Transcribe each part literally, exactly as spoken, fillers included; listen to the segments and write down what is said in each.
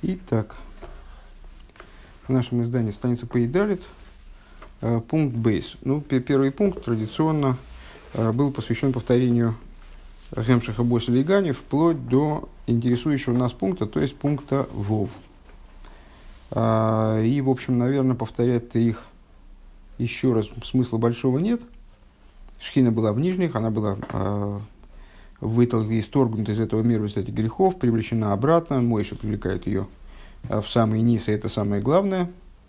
Итак, в нашем издании страница Пейдалит, пункт Бейс. Ну, первый пункт традиционно был посвящен повторению Гемшиха Боселя и Гани вплоть до интересующего нас пункта, то есть пункта Вов. И, в общем, наверное, повторять их еще раз смысла большого нет. Шхина была в нижних, она была вытолкнута, исторгнута из этого мира, из этих грехов, привлечена обратно. Мойша привлекает ее в самый низ, и это самое главное.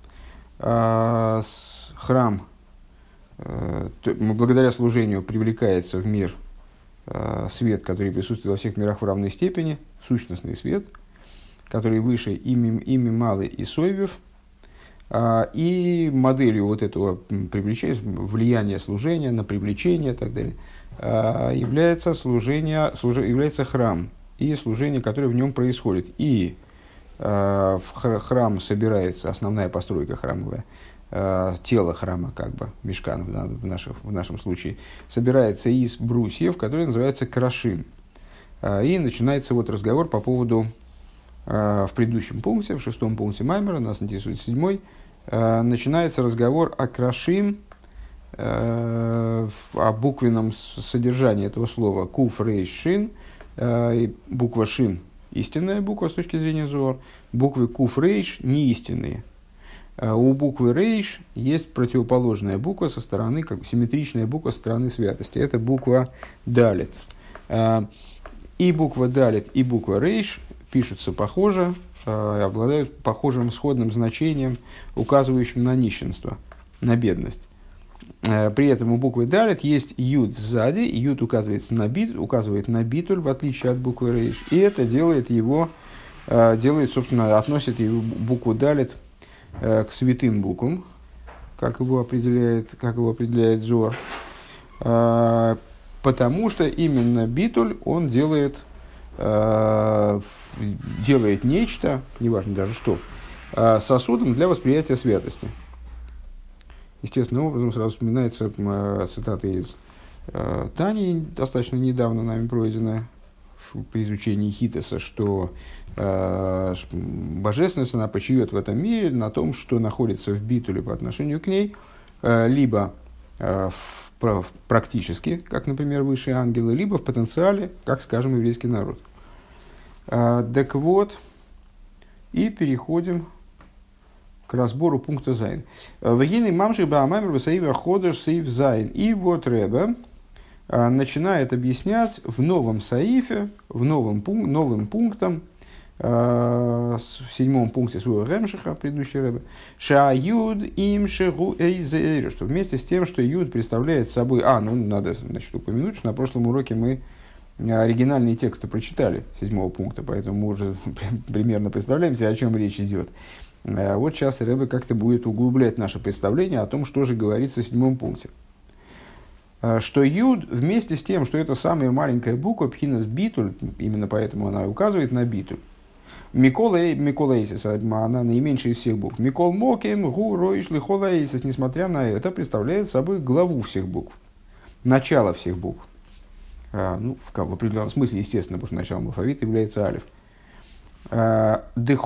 Храм, благодаря служению, привлекается в мир свет, который присутствует во всех мирах в равной степени, сущностный свет, который выше ими, ими Малы и Сойвев. И моделью вот этого привлечения, влияния служения на привлечение и так далее, является, служение, служ... является храм и служение, которое в нем происходит. И э, в храм собирается, основная постройка храмовая, э, тело храма, как бы, мишкан в, в, наших, в нашем случае, собирается из брусьев, которые называются крашим. Э, и начинается вот разговор по поводу, э, в предыдущем пункте, в шестом пункте Маймера, нас интересует седьмой, э, начинается разговор о крашим, о буквенном содержании этого слова куф рейш шин, буква шин истинная буква с точки зрения Зоар, буквы куф рейш не истинные. У буквы рейш есть противоположная буква со стороны, как симметричная буква со стороны святости. Это буква далит. И буква далит, и буква рейш пишутся похоже, обладают похожим сходным значением, указывающим на нищенство, на бедность. При этом у буквы далит есть юд сзади, и юд указывается на бит, указывает на битуль, в отличие от буквы рейш. И это делает его, делает, собственно, относит его букву далит к святым буквам, как его определяет, как его определяет Зоар. Потому что именно битуль он делает, делает нечто, неважно даже что, сосудом для восприятия святости. Естественным образом сразу вспоминается э, цитата из э, Тани, достаточно недавно нами пройденная при изучении Хитоса, что э, божественность, она почивет в этом мире на том, что находится в битуле по отношению к ней, э, либо э, в, в, практически, как, например, высшие ангелы, либо в потенциале, как, скажем, еврейский народ. Э, так вот, и переходим к разбору пункта Зайн. Вегины мамши баамамер васаива ходыш сейф Зайн. И вот Ребе начинает объяснять в новом саифе, в новом, новым пунктом, в седьмом пункте своего Ремшиха, предыдущий Ребе, ша юд им шегу эйзеэр, что вместе с тем, что юд представляет собой... А, ну, надо, значит, упомянуть, что на прошлом уроке мы оригинальные тексты прочитали седьмого пункта, поэтому мы уже примерно представляемся, о чем речь идет. Вот сейчас Ребе как-то будет углублять наше представление о том, что же говорится в седьмом пункте. Что юд вместе с тем, что это самая маленькая буква, пхинас битуль, именно поэтому она указывает на битуль. Микол эйсис, она наименьшая из всех букв. Микол мокем, гу, роиш, лихол эйсис, несмотря на это, представляет собой главу всех букв. Начало всех букв. Ну, в, в определенном смысле, естественно, потому что началом алфавита является алиф. В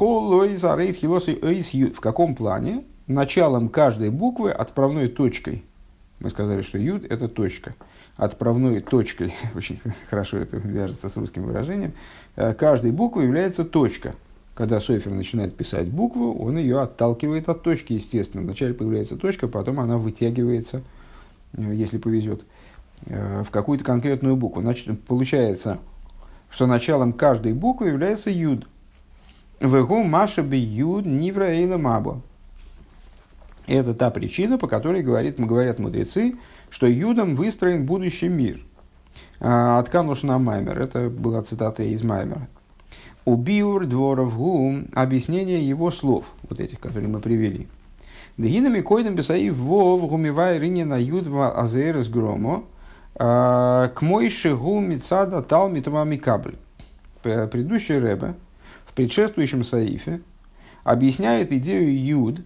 каком плане? Началом каждой буквы, отправной точкой. Мы сказали, что юд – это точка. Отправной точкой, очень хорошо это вяжется с русским выражением, каждой буквы является точка. Когда Софер начинает писать букву, он ее отталкивает от точки, естественно. Вначале появляется точка, потом она вытягивается, если повезет, в какую-то конкретную букву. Значит, получается, что началом каждой буквы является юд. Вегу маша би юд нивра эйла мабо. Это та причина, по которой говорит, говорят мудрецы, что юдом выстроен будущий мир. От Канушна Маймер. Это была цитата из Маймера. У биур дворов гу, объяснение его слов, вот этих, которые мы привели. Дагинами койдем бесаив вов гумивай ринина юдва азерес громо к мойши гу мицада тал митама микабль. Предыдущий Ребе в предшествующем саифе объясняет идею юд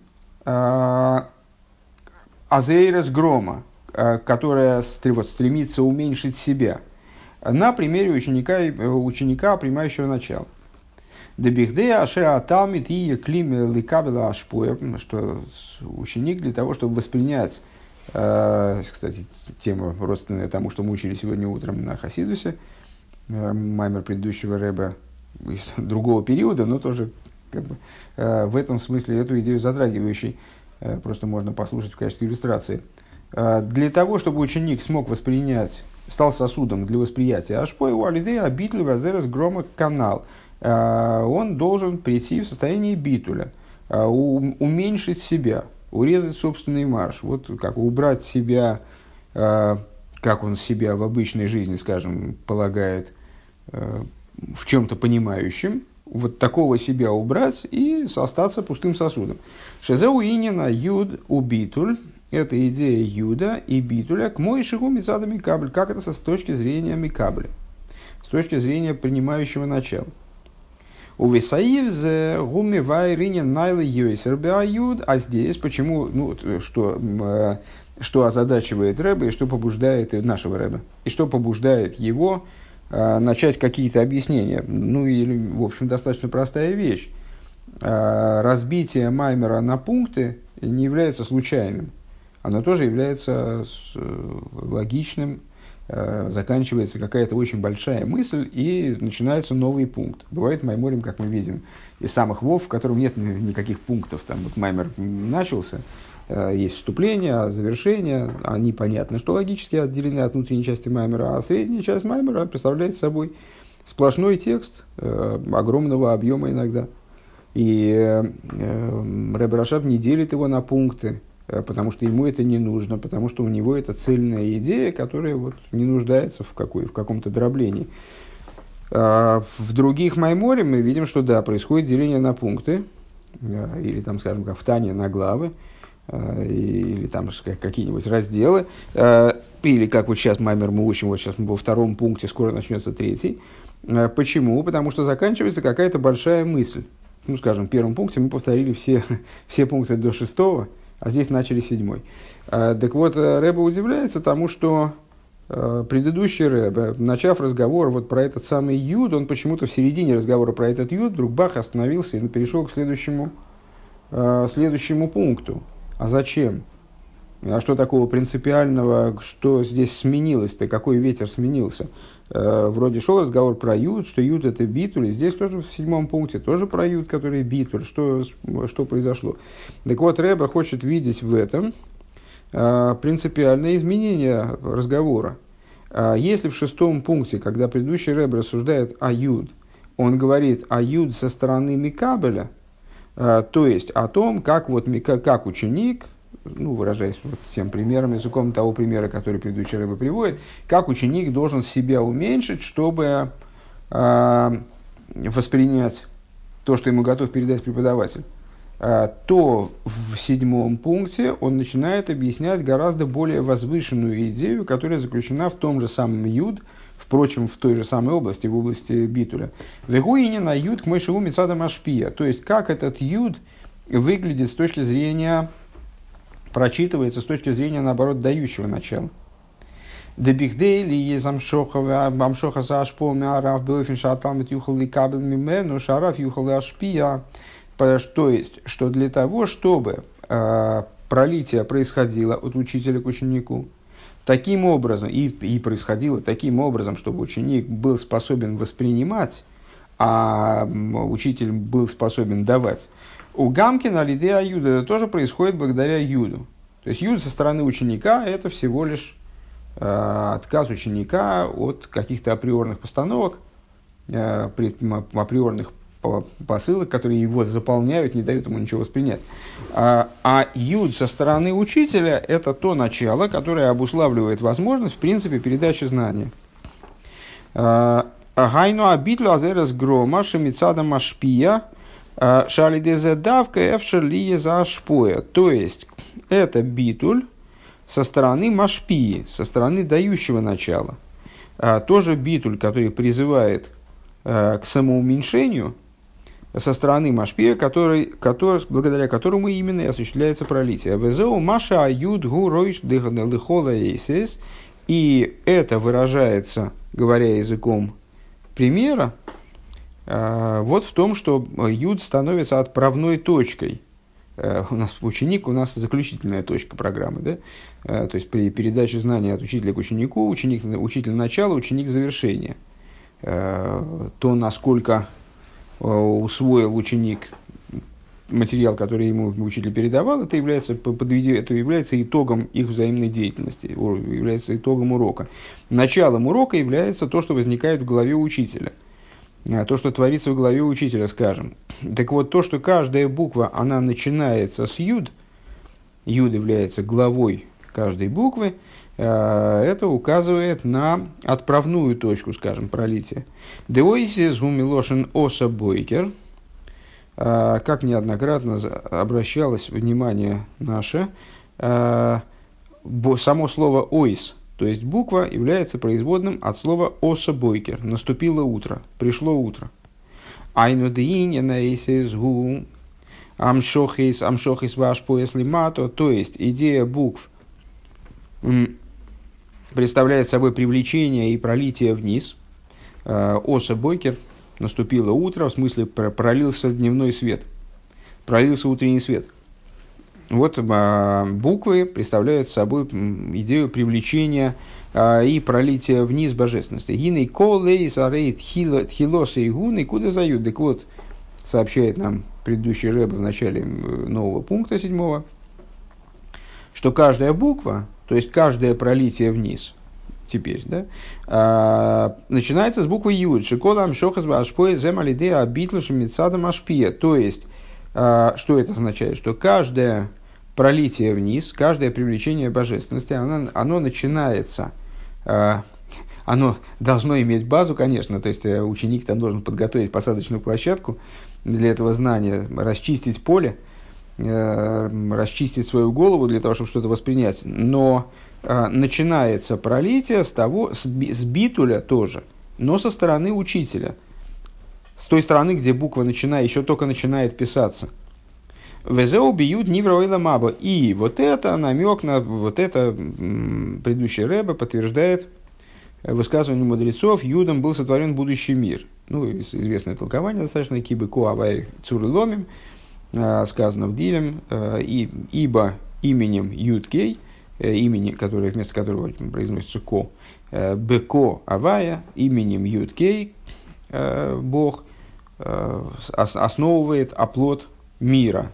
азерес грома, которая вот, стремится уменьшить себя, на примере ученика, ученика, принимающего начало. Дебихдея ашера талмит и клим ликабела ашпоя, что ученик для того, чтобы воспринять, э, кстати, тема родственная тому, что мы учили сегодня утром на Хасидусе, э, маймер предыдущего рэба из другого периода, но тоже как бы, э, в этом смысле эту идею затрагивающий, э, просто можно послушать в качестве иллюстрации. Э, для того, чтобы ученик смог воспринять, стал сосудом для восприятия ашпоя, у алидея обитель вазерес грома канал, он должен прийти в состояние битуля, уменьшить себя, урезать собственный марш, вот как убрать себя, как он себя в обычной жизни, скажем, полагает, в чем-то понимающим, вот такого себя убрать и остаться пустым сосудом. Шезеу инина юд у битуль, это идея юда и битуля к мойшигу мицада микабль, как это с точки зрения микабля, с точки зрения принимающего начала. У Висаивзе гуми вайринен найлы йойсер беаюд, а здесь почему, ну, что, что озадачивает Рэба и что побуждает нашего Рэба, и что побуждает его э, начать какие-то объяснения. Ну, или, в общем, достаточно простая вещь. Э, разбитие Маймера на пункты не является случайным. Оно тоже является э, логичным. Заканчивается какая-то очень большая мысль, и начинается новый пункт. Бывает майморим, как мы видим, из самых вов, в котором нет никаких пунктов. Там вот маймер начался, есть вступление, завершение, они понятно, что логически отделены от внутренней части маймера, а средняя часть маймера представляет собой сплошной текст огромного объема иногда. И Ребе Рашаб не делит его на пункты, потому что ему это не нужно, потому что у него это цельная идея, которая вот не нуждается в, какой, в каком-то дроблении. А в других майморе мы видим, что да, происходит деление на пункты, или там, скажем, как в Тане на главы, или там какие-нибудь разделы, или как вот сейчас маймер мы учим, вот сейчас мы во втором пункте, скоро начнется третий. Почему? Потому что заканчивается какая-то большая мысль. Ну, скажем, в первом пункте мы повторили все, все пункты до шестого, а здесь начали седьмой. А, так вот, Рэбе удивляется тому, что а, предыдущий Рэбе, начав разговор вот про этот самый Юд, он почему-то в середине разговора про этот Юд вдруг бах остановился и перешел к следующему, а, следующему пункту. А зачем? А что такого принципиального, что здесь сменилось-то, какой ветер сменился? А, вроде шел разговор про Юд, что Юд это битуль, и здесь тоже в седьмом пункте тоже про Юд, который битуль, что, что произошло. Так вот, Рэбе хочет видеть в этом а, принципиальное изменение разговора. А, если в шестом пункте, когда предыдущий Рэбе рассуждает о Юд, он говорит о Юд со стороны Микабеля, а, то есть о том, как, вот, как ученик, ну, выражаясь вот тем примером, языком того примера, который предыдущий Рэбе приводит, как ученик должен себя уменьшить, чтобы э, воспринять то, что ему готов передать преподаватель, э, то в седьмом пункте он начинает объяснять гораздо более возвышенную идею, которая заключена в том же самом Юд, впрочем, в той же самой области, в области битуля. «Вегуини на Юд к мойшеву мицада машпия», то есть, как этот Юд выглядит с точки зрения прочитывается с точки зрения, наоборот, дающего начала. Дебихдейли есть амшоха амшоха заашпол миарав беофин шаталмит юхал ли кабель мимену шараф юхал ли ашпия. То есть, что для того, чтобы э, пролитие происходило от учителя к ученику, таким образом, и, и происходило таким образом, чтобы ученик был способен воспринимать, а учитель был способен давать, у Гамкина лидея Юда это тоже происходит благодаря Юду. То есть Юд со стороны ученика это всего лишь э, отказ ученика от каких-то априорных постановок, э, априорных посылок, которые его заполняют, не дают ему ничего воспринять. А, а Юд со стороны учителя это то начало, которое обуславливает возможность в принципе передачи знания. Гайну абитлю азерес грома шемицада машпия шалидезе давка эфшерлие за шпоя. То есть, это битуль со стороны машпии, со стороны дающего начала. А, тоже битуль, который призывает а, к самоуменьшению, со стороны машпия, который, который, благодаря которому именно и осуществляется пролитие. Везеу маша аюд гу ройш дыхола эйсес. И это выражается, говоря языком примера, Вот в том, что юд становится отправной точкой. У нас ученик, у нас заключительная точка программы, да? То есть при передаче знаний от учителя к ученику, ученик, учитель начала, ученик завершения. То, насколько усвоил ученик материал, который ему учитель передавал, это является, это является итогом их взаимной деятельности, является итогом урока. Началом урока является то, что возникает в голове учителя. То, что творится в голове учителя, скажем. Так вот, то, что каждая буква, она начинается с юд, юд является главой каждой буквы, это указывает на отправную точку, скажем, пролития. Деойсис гумилошен оса бойкер, как неоднократно обращалось внимание наше, само слово ойс, то есть буква, является производным от слова оса бойкер, наступило утро, пришло утро. Айну деинья наэйсис гу амшохис амшохис ваш пояс лимато, то есть идея букв представляет собой привлечение и пролитие вниз. Оса бойкер, наступило утро, в смысле пролился дневной свет, пролился утренний свет. Вот буквы представляют собой идею привлечения и пролития вниз божественности. Гиней колей сарейт хилоса и гуны куда зают. Так вот, сообщает нам предыдущий рэб в начале нового пункта седьмого, что каждая буква, то есть каждое пролитие вниз, теперь, да, а, начинается с буквы Юд. Шиколам шохас башпоэ земалиде абитлушем митсадам ашпия. То есть, а, что это означает? Что каждое пролитие вниз, каждое привлечение божественности, оно, оно начинается, а, оно должно иметь базу, конечно, то есть ученик там должен подготовить посадочную площадку для этого знания, расчистить поле, расчистить свою голову для того, чтобы что-то воспринять. Но э, начинается пролитие с того, с, би, с битуля тоже, но со стороны учителя. С той стороны, где буква начинает, еще только начинает писаться. Везеу биют нивроила маба. И вот это намек на вот это предыдущий рэбе подтверждает высказывание мудрецов: Юдом был сотворен будущий мир. Ну, известное толкование достаточно. Кибы ко авай цуры ломим. Сказано в Дилем, и, ибо именем Юд-Кей, имени, которое, вместо которого произносится Ко, Беко Авая, именем Юд-Кей, Бог основывает оплот мира,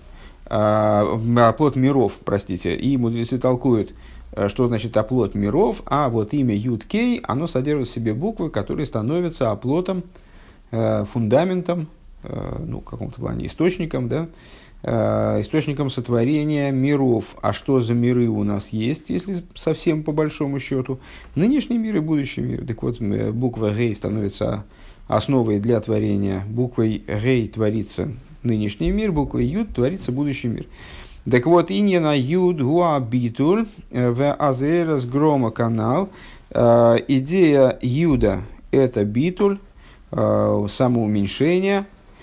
оплот миров, простите, и мудрецы толкуют, что значит оплот миров, а вот имя Юд-Кей, оно содержит в себе буквы, которые становятся оплотом, фундаментом, ну, в каком-то плане источником, да, источником сотворения миров. А что за миры у нас есть, если совсем по большому счету? Нынешний мир и будущий мир. Так вот, буква Гей становится основой для творения. Буквой Гей творится нынешний мир, буквой Юд творится будущий мир. Так вот, иньяна Юд гуа битуль в азерас грома канал. Идея Юда – это битуль, самоуменьшение.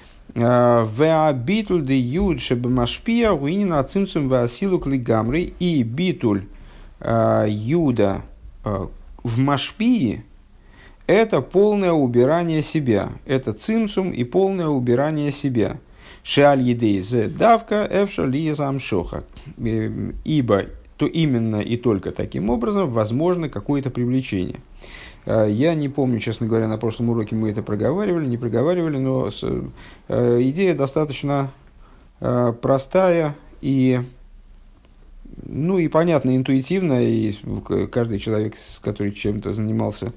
В битуль де юд шебамашпия уинина цимцум василук лигамры. И битуль юда в машпии – это полное убирание себя, это цимцум и полное убирание себя. Шеаль едей зе давка эвша лиезам шоха. Ибо то именно и только таким образом возможно какое-то привлечение. Я не помню, честно говоря, на прошлом уроке мы это проговаривали, не проговаривали, но с, э, идея достаточно э, простая и, ну, и понятная, интуитивная, и каждый человек, который чем-то занимался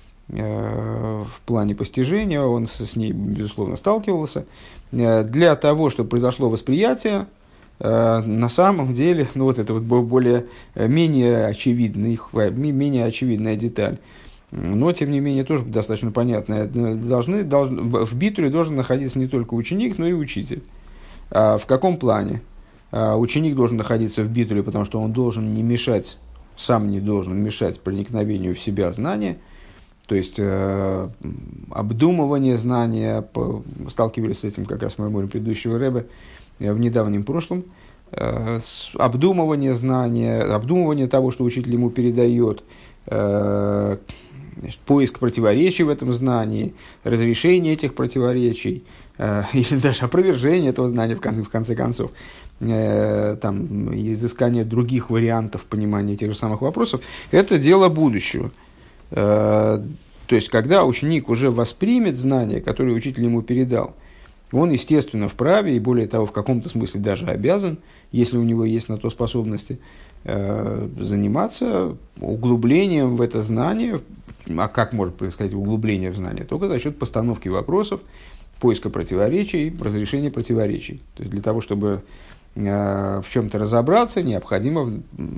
э, в плане постижения, он с, с ней, безусловно, сталкивался. Э, для того, чтобы произошло восприятие, э, на самом деле, ну, вот это вот более, менее очевидный, менее очевидная деталь, но, тем не менее, тоже достаточно понятно. Должны, должны, в битуле должен находиться не только ученик, но и учитель. А в каком плане? А ученик должен находиться в битуле, потому что он должен не мешать, сам не должен мешать проникновению в себя знания. То есть, э, обдумывание знания, по, сталкивались с этим как раз в меморе предыдущего рэбе в недавнем прошлом. Э, обдумывание знания, обдумывание того, что учитель ему передает, э, значит, поиск противоречий в этом знании, разрешение этих противоречий, э, или даже опровержение этого знания в, кон, в конце концов, э, там, изыскание других вариантов понимания тех же самых вопросов, это дело будущего. Э, то есть, когда ученик уже воспримет знания, которые учитель ему передал, он, естественно, вправе, и более того, в каком-то смысле даже обязан, если у него есть на то способности, э, заниматься углублением в это знание. А как может происходить углубление в знание? Только за счет постановки вопросов, поиска противоречий, разрешения противоречий. То есть, для того, чтобы э, в чем-то разобраться, необходимо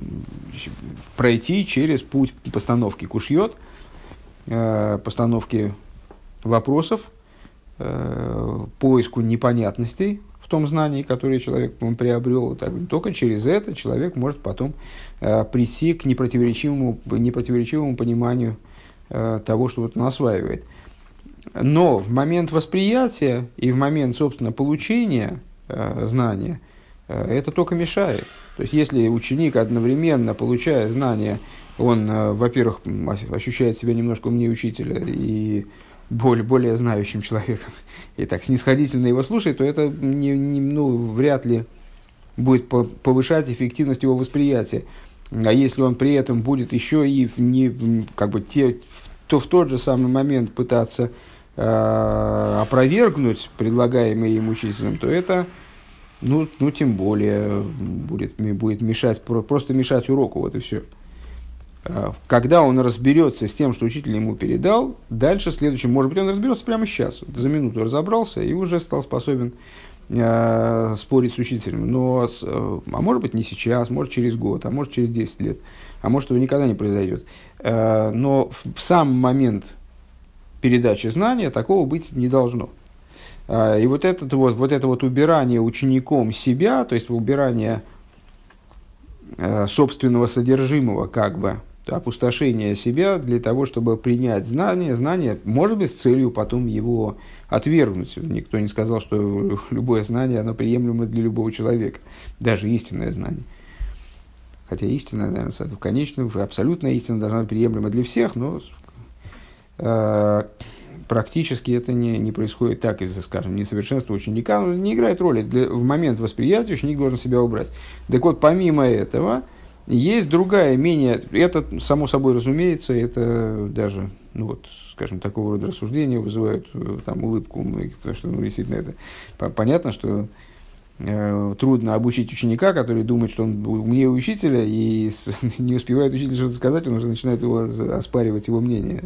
пройти через путь постановки кушьет, э, постановки вопросов, поиску непонятностей в том знании, которое человек приобрел. Так, только через это человек может потом э, прийти к непротиворечивому, непротиворечивому пониманию э, того, что вот он осваивает. Но в момент восприятия и в момент, собственно, получения э, знания э, это только мешает. То есть, если ученик одновременно, получая знания, он, э, во-первых, ощущает себя немножко умнее учителя и более, более знающим человеком, и так снисходительно его слушает, то это не, не, ну, вряд ли будет повышать эффективность его восприятия. А если он при этом будет еще и не, как бы те, то в тот же самый момент пытаться э, опровергнуть предлагаемое им учителем, то это, ну, ну тем более будет, будет мешать, просто мешать уроку, вот и все. Когда он разберется с тем, что учитель ему передал, дальше следующим, может быть, он разберется прямо сейчас, за минуту разобрался и уже стал способен э, спорить с учителем. Но, с, э, а может быть, не сейчас, может, через год, а может, через десять лет, а может, этого никогда не произойдет. Э, но в, в сам момент передачи знания такого быть не должно. Э, и вот, этот, вот, вот это вот убирание учеником себя, то есть убирание э, собственного содержимого, как бы, опустошение себя для того, чтобы принять знание, знание, может быть, с целью потом его отвергнуть. Никто не сказал, что любое знание, оно приемлемо для любого человека, даже истинное знание. Хотя истина, наверное, в конечном, абсолютная истина должна быть приемлема для всех, но э, практически это не, не происходит так из-за, скажем, несовершенства ученика, но не играет роли. Для, в момент восприятия ученик должен себя убрать. Так вот, помимо этого, есть другая, менее, это само собой разумеется, это даже, ну вот, скажем, такого рода рассуждения вызывают там улыбку у многих, потому что, ну, действительно, это понятно, что э, трудно обучить ученика, который думает, что он умнее учителя, и с, не успевает учитель что-то сказать, он уже начинает его оспаривать его мнение.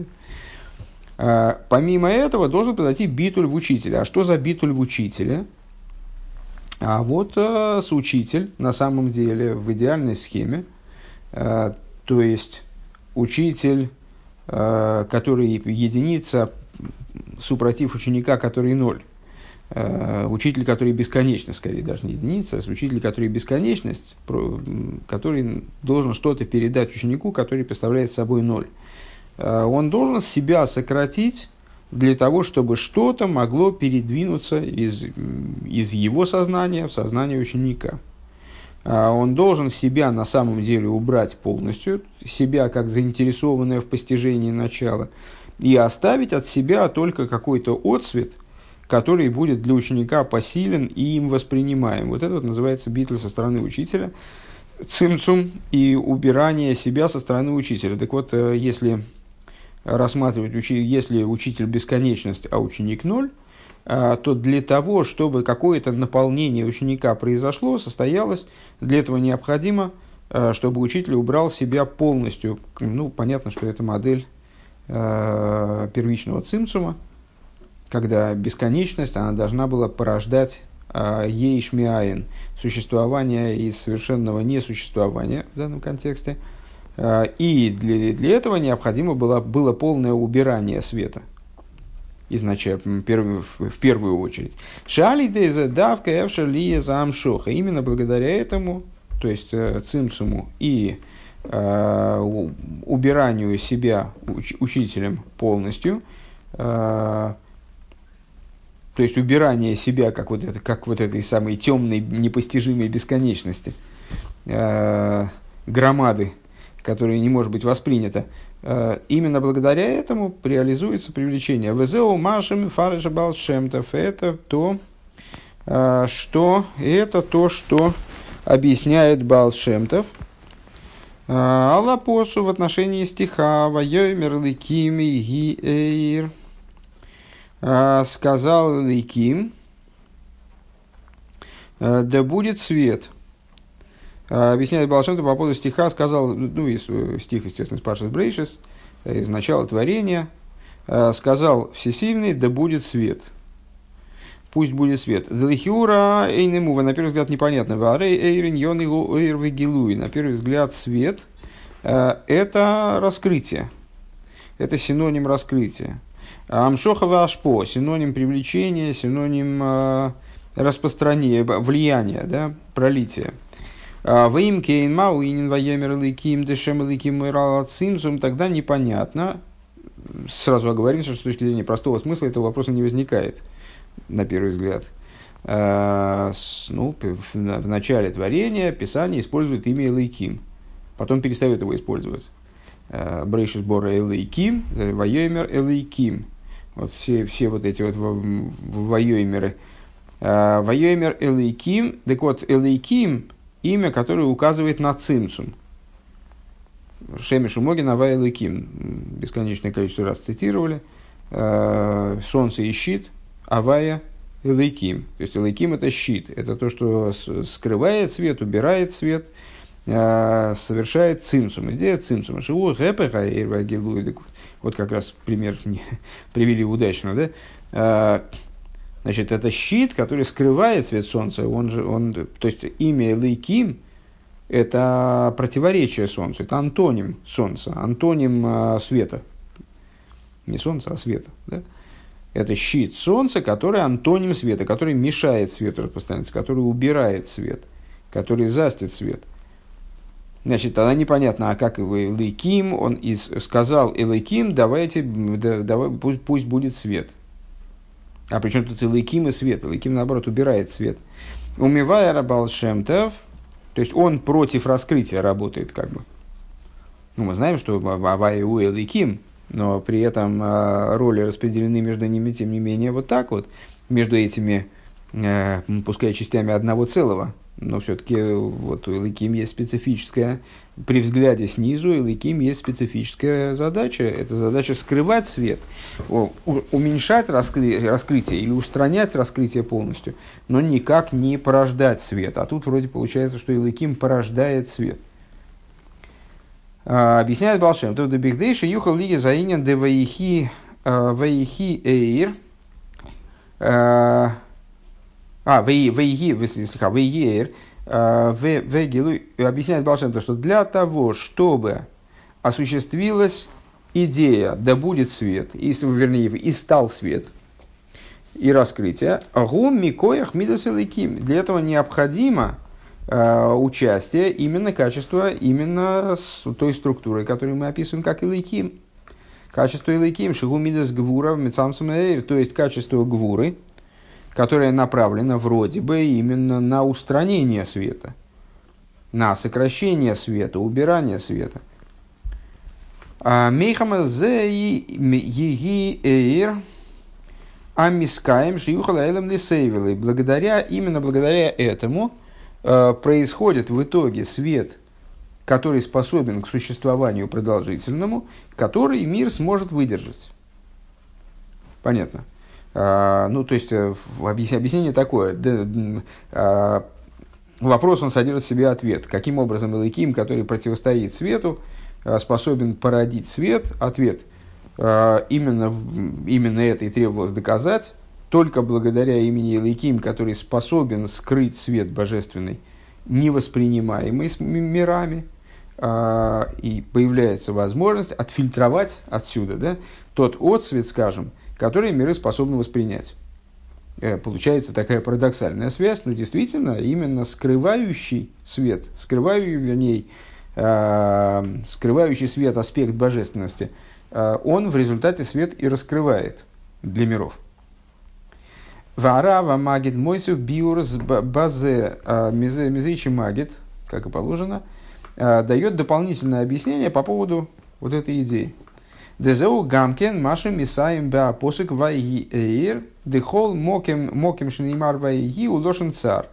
А, помимо этого, должен произойти битуль в учителя. А что за битуль в учителя? А вот э, учитель на самом деле в идеальной схеме, э, то есть учитель, э, который единица, супротив ученика, который ноль. Э, учитель, который бесконечность, скорее даже не единица, а учитель, который бесконечность, про, который должен что-то передать ученику, который представляет собой ноль. Э, он должен себя сократить для того, чтобы что-то могло передвинуться из, из его сознания в сознание ученика. Он должен себя на самом деле убрать полностью, себя как заинтересованное в постижении начала, и оставить от себя только какой-то отцвет, который будет для ученика посилен и им воспринимаем. Вот это вот называется битва со стороны учителя, цимцум и убирание себя со стороны учителя. Так вот, если рассматривать, если учитель бесконечность, а ученик ноль, то для того, чтобы какое-то наполнение ученика произошло, состоялось, для этого необходимо, чтобы учитель убрал себя полностью. Ну, понятно, что это модель э, первичного цимцума, когда бесконечность, она должна была порождать э, ейш миаин, существование из совершенного несуществования в данном контексте. И для, для этого необходимо было, было полное убирание света. Изначально, перв, в, в первую очередь. Шали дейзе давка эвшер лия заамшоха. Именно благодаря этому, то есть цимцуму и э, убиранию себя уч, учителем полностью, э, то есть убирание себя как вот, это, как вот этой самой темной, непостижимой бесконечности, э, громады, которое не может быть воспринято, Именно благодаря этому реализуется привлечение. Везеу машем фарыша балшемтов. Это то, что это то, что объясняет Балшемтов Аллапосу в отношении стиха «Вайомер ликим ги эйр». Сказал Ликим, да будет свет. Объясняет Балшемтов по поводу стиха, сказал, ну, из, стих, естественно, из Паршас Брейшис, из начала творения, сказал Всесильный, да будет свет. Пусть будет свет. Делихиура эйнемува, на первый взгляд непонятно. Варей эйрин йон его эйр вегилуй. На первый взгляд свет – это раскрытие. Это синоним раскрытия. Амшохава ашпо – синоним привлечения, синоним распространения, влияния, да, пролития. Ваим кейн мау инин ваемер ликим дешем ликим иралацимсум. Тогда непонятно. Сразу оговоримся, что с точки зрения простого смысла этого вопроса не возникает. На первый взгляд. А, с, ну, в, в начале творения Писание использует имя Элейким. Потом перестает его использовать. Брейшис бора Элейким, Вайомер Элейким. Вот все, все вот эти вот Вайомеры. Вайомер Элейким. Так вот, Элейким – имя, которое указывает на цимцум. Шемиш умогин авай Элейким. Бесконечное количество раз цитировали. Солнце и щит. Авая Элейким. То есть Элейким – это щит. Это то, что скрывает свет, убирает свет, э, совершает цимсум. Идея цимсума. Шиву гэпэха эйрва гилуй. Вот как раз пример привели удачно. Да? Э, значит, это щит, который скрывает свет солнца. Он же, он, то есть имя Элейким – это противоречие солнцу. Это антоним солнца, антоним э, света. Не солнца, а света. Да? Это щит солнца, который антоним света, который мешает свету распространяться, который убирает свет, который застит свет. Значит, тогда непонятно, а как его Элейким, он из, сказал Элейким, давайте, да, давай, пусть, пусть будет свет. А при чем тут Элейким и свет? Элейким, наоборот, убирает свет. Умивая рабал Шемтов, то есть он против раскрытия работает, как бы. Ну, мы знаем, что Авай у Элейким, но при этом э, роли распределены между ними, тем не менее, вот так вот, между этими, э, пускай частями одного целого, но все-таки вот у Элейким есть специфическая, при взгляде снизу Элейким есть специфическая задача, это задача скрывать свет, у, у, уменьшать раскры, раскрытие или устранять раскрытие полностью, но никак не порождать свет, а тут вроде получается, что Элейким порождает свет. Uh, объясняет Балшем, то до Бигдейши юхал лиги заинен де ваихи ваихи эйр. А, ваихи, ваихи эйр. Вегилу объясняет Балшем, то, что для того, чтобы осуществилась идея, да будет свет, и, вернее, и стал свет, и раскрытие, гум микоях мидас элейким. Для этого необходимо участие именно качества, именно с той структурой, которую мы описываем как Элейким. Качество Элейким, шигумидас гвура, мецамсам эйр, то есть качество гвуры, которое направлено вроде бы именно на устранение света, на сокращение света, убирание света. Мейхама зе еги эйр амискаем шиюхала элем лисейвилы. Благодаря, именно благодаря этому происходит в итоге свет, который способен к существованию продолжительному, который мир сможет выдержать. Понятно. А, ну, то есть, объяснение такое. Да, а, вопрос, он содержит в себе ответ. Каким образом Элейким, который противостоит свету, способен породить свет? Ответ. А, именно, именно это и требовалось доказать. Только благодаря имени Элейким, который способен скрыть свет божественный, невоспринимаемый мирами, э, и появляется возможность отфильтровать отсюда, да, тот отсвет, скажем, который миры способны воспринять. Э, получается такая парадоксальная связь, но действительно именно скрывающий свет, скрывающий, вернее, э, скрывающий свет аспект божественности, э, он в результате свет и раскрывает для миров. Варава магит мойсев биурс базе мизричи магит, как и положено, дает дополнительное объяснение по поводу вот этой идеи. Дезеу гамкен машем мисаем беа посык вайги эйр дехол мокем мокем шнеймар вайги улошен цар.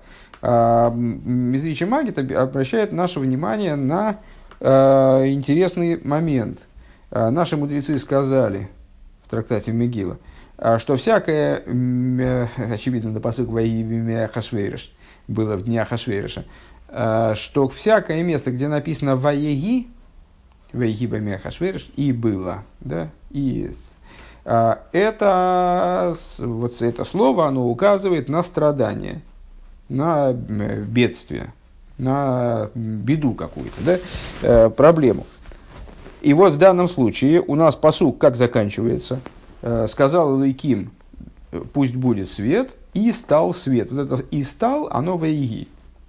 Мизричи Магит обращает наше внимание на э, интересный момент. Э, наши мудрецы сказали в трактате Мегила, э, что всякое, э, очевидно, на посылку «Ваиви Ахашвейриш» было в дне Ахашвейриша, э, что всякое место, где написано «Ваеги», «Ваеги бами Ахашвейриш» и было, да, и есть. Э, это, вот это слово, оно указывает на страдание, на бедствие, на беду какую-то, да, э, проблему. И вот в данном случае у нас пасук как заканчивается? Э, сказал Элоким, пусть будет свет, и стал свет. Вот это «и стал», оно ваиги.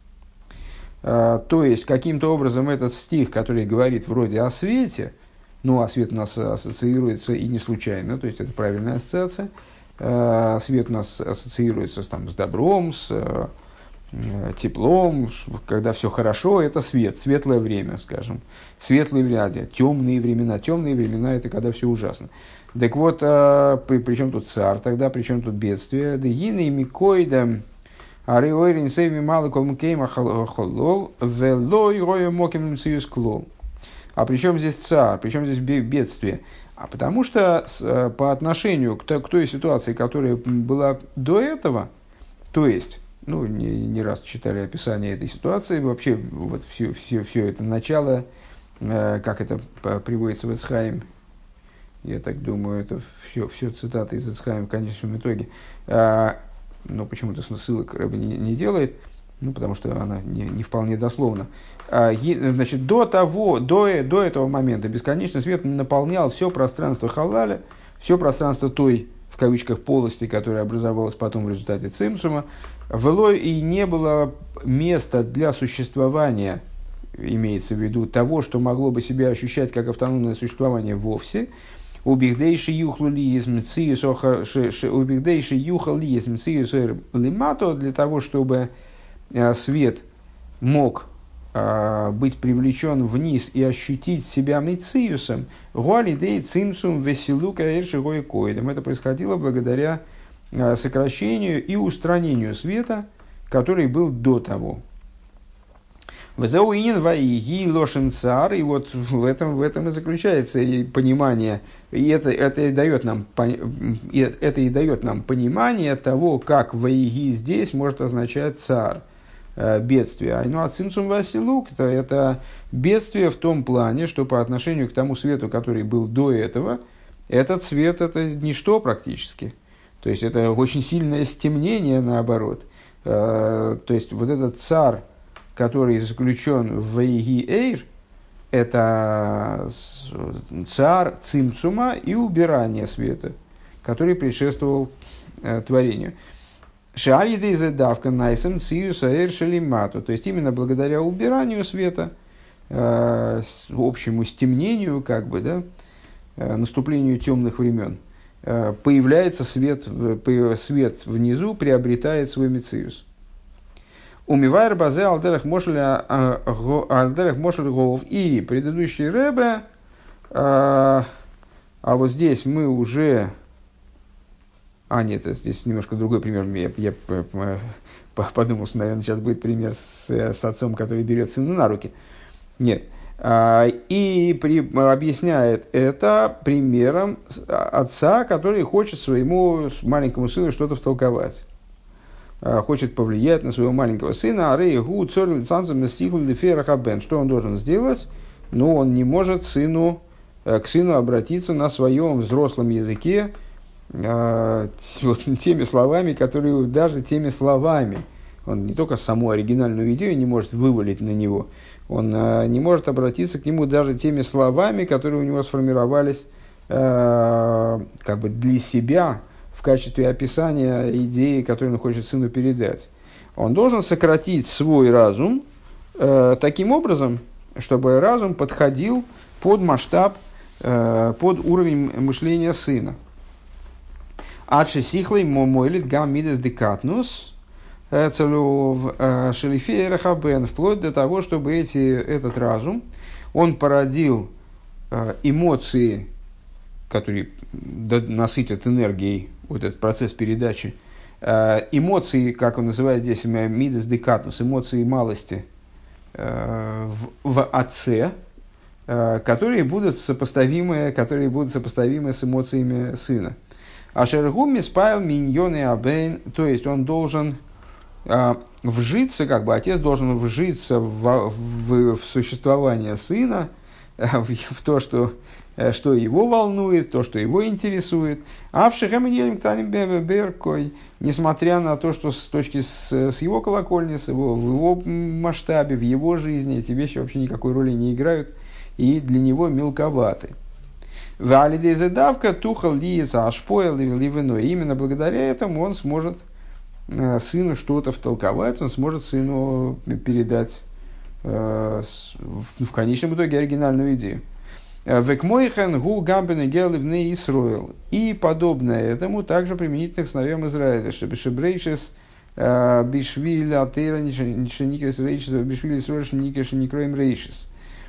Э, то есть, каким-то образом этот стих, который говорит вроде о свете, ну, а свет у нас ассоциируется и не случайно, то есть, это правильная ассоциация. Э, свет у нас ассоциируется с, там, с добром, с э, теплом, когда все хорошо, это свет, светлое время, скажем. Светлые времена, темные времена. Темные времена – это когда все ужасно. Так вот, э, при, при чем тут царь тогда, при чем тут бедствие? Дегины микоида ариойрин сейми малы колмкейма холол велой роя моким нуциюс клол. А при чем здесь царь, при чем здесь бедствие? А потому что с, по отношению к, к той ситуации, которая была до этого, то есть, ну, не, не раз читали описание этой ситуации, вообще вот все, все, все это начало, э, как это приводится в Эцхаим, я так думаю, это все, все цитаты из Эцхаим в конечном итоге, э, но почему-то ссылок Рэбе не, не делает, ну, потому что она не, не вполне дословна. Э, е, значит, до того, до, до этого момента бесконечный свет наполнял все пространство халаля, все пространство той, в кавычках, полости, которая образовалась потом в результате цимсума. Вело и не было места для существования, имеется в виду, того, что могло бы себя ощущать как автономное существование вовсе. Убихдейши юхлулизм убихдейши юхлулизм циюсэр лимато, для того, чтобы свет мог быть привлечен вниз и ощутить себя мициюсом, гуалидей цимсум веселука эршигой коидом. Это происходило благодаря сокращению и устранению света, который был до того. Везеуинин ваиги лошен цар, и вот в этом, в этом и заключается и понимание, и это, это, и дает нам, и это и дает нам понимание того, как ваиги здесь может означать царь, бедствие. Ну а цимсум василук, это, это бедствие в том плане, что по отношению к тому свету, который был до этого, этот свет это ничто практически. То есть это очень сильное стемнение, наоборот. То есть вот этот царь, который заключен в Ваиги Эйр, это царь цимцума и убирания света, который предшествовал творению. Шаалидейзе давка найсен циюса эйр шелимату. То есть именно благодаря убиранию света, общему стемнению, как бы, да, наступлению темных времен, появляется свет, свет внизу, приобретает свой мециус. Умивайр базе алдерах мошель гов. И предыдущий Ребе, а вот здесь мы уже... А, нет, здесь немножко другой пример. Я, я подумал, что, наверное, сейчас будет пример с, с отцом, который берет сына на руки. Нет. И при, объясняет это примером отца, который хочет своему маленькому сыну что-то втолковать. Хочет повлиять на своего маленького сына. Что он должен сделать? Ну, он не может сыну, к сыну обратиться на своем взрослом языке, вот, теми словами, которые даже теми словами. Он не только саму оригинальную идею не может вывалить на него, он не может обратиться к нему даже теми словами, которые у него сформировались как бы для себя, в качестве описания идеи, которую он хочет сыну передать. Он должен сократить свой разум э, таким образом, чтобы разум подходил под масштаб, э, под уровень мышления сына. Адши сихлей момойлит гам мидес декатнус целов шелифея рахабен, вплоть до того, чтобы эти, этот разум, он породил эмоции, которые насытят энергией вот этот процесс передачи, эмоции, как он называет здесь, мидас декатус, эмоции малости в, в отце, которые будут сопоставимы, которые будут сопоставимы с эмоциями сына. Ашергуми спайл миньоны абейн, то есть он должен э, вжиться, как бы отец должен вжиться в, в, в существование сына, э, в, в то, что, э, что его волнует, то, что его интересует. А в Шехаминьелем несмотря на то, что с точки с, с его колокольни, с его, в его масштабе, в его жизни эти вещи вообще никакой роли не играют и для него мелковаты. Именно благодаря этому он сможет сыну что-то втолковать, он сможет сыну передать в конечном итоге оригинальную идею. И подобное этому также применительно к сыновьям Израиля. Шебрейшис бишвиль атеира нишеникрес рейшис бишвиль исрош никешеникроем рейшис.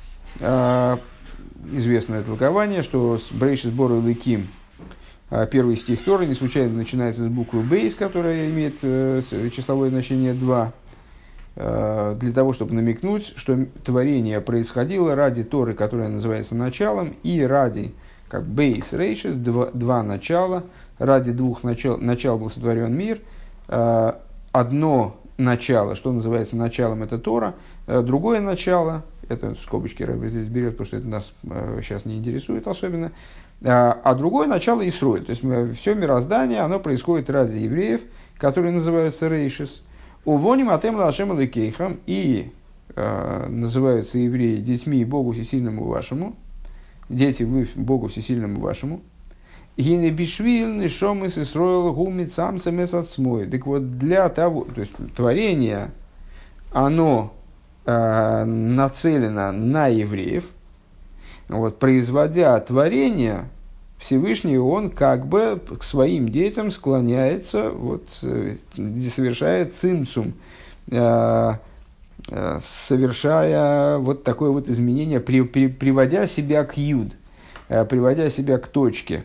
Известное толкование, что Брейшис Бору Лыким, первый стих Торы, не случайно начинается с буквы Бейс, которая имеет числовое значение два, для того, чтобы намекнуть, что творение происходило ради Торы, которая называется началом, и ради, как Бейс Рейшис, два, два начала, ради двух начал, начал был сотворен мир. Одно начало, что называется началом, это Тора, другое начало, это скобочки Рэбе здесь берет, потому что это нас э, сейчас не интересует особенно. А, а другое начало Исроэль. То есть мы, все мироздание, оно происходит ради евреев, которые называются Рейшис. Увоним атем лашем лекейхам, и э, называются евреи детьми Богу Всесильному вашему. Дети вы Богу Всесильному вашему. Гине бишвиль нишом из Исроэл гумит сам самес отсмой. Так вот, для того, то есть творение, оно нацелена на евреев, вот, производя творение, Всевышний, он как бы к своим детям склоняется, вот, совершает цимцум, совершая вот такое вот изменение, при, при, приводя себя к юд, приводя себя к точке,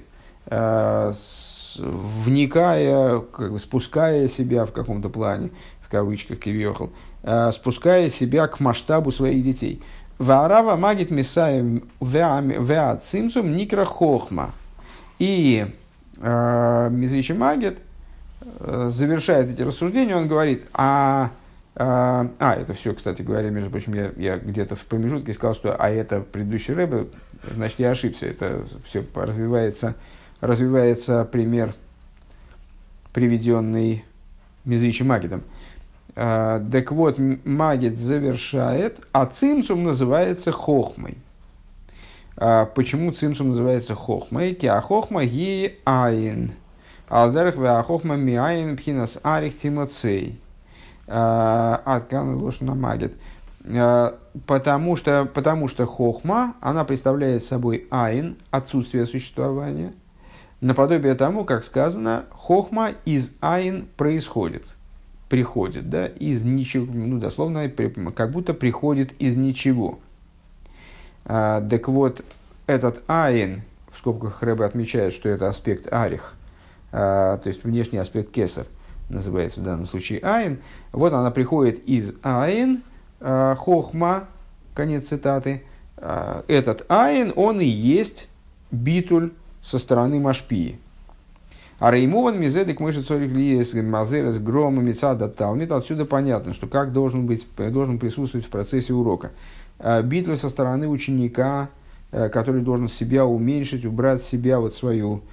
вникая, как бы спуская себя в каком-то плане, в кавычках кивьехал, спуская себя к масштабу своих детей. Ваарава магит мисаем веа цимцум никра хохма. И э, Мизричи Магит э, завершает эти рассуждения, он говорит, а, а, а это все, кстати говоря, между прочим, я, я где-то в промежутке сказал, что а это предыдущий Ребе, значит, я ошибся, это все развивается, развивается пример, приведенный Мизричи Магитом. Uh, так вот, Магит завершает, а цимцум называется хохмой. Uh, почему цимцум называется хохмой? Киа хохма ги айн. Алдарх веа хохма ми айн пхинас арих тимоцей. Аткан лошна Магит. Потому что, потому что хохма, она представляет собой айн, отсутствие существования. Наподобие тому, как сказано, хохма из айн происходит. Приходит, да, из ничего, ну, дословно, как будто приходит из ничего. А, так вот, этот айн, в скобках Рэбе отмечает, что это аспект арих, а, то есть внешний аспект кесар, называется в данном случае айн. Вот она приходит из айн, а, хохма, конец цитаты. А, этот айн, он и есть битуль со стороны машпии. А Реймован Мизедек Мыши Цорих Лиес Мазерес Грома Мицада Талмит. Отсюда понятно, что как должен, быть, должен присутствовать в процессе урока. Битва со стороны ученика, который должен себя уменьшить, убрать с себя вот свою,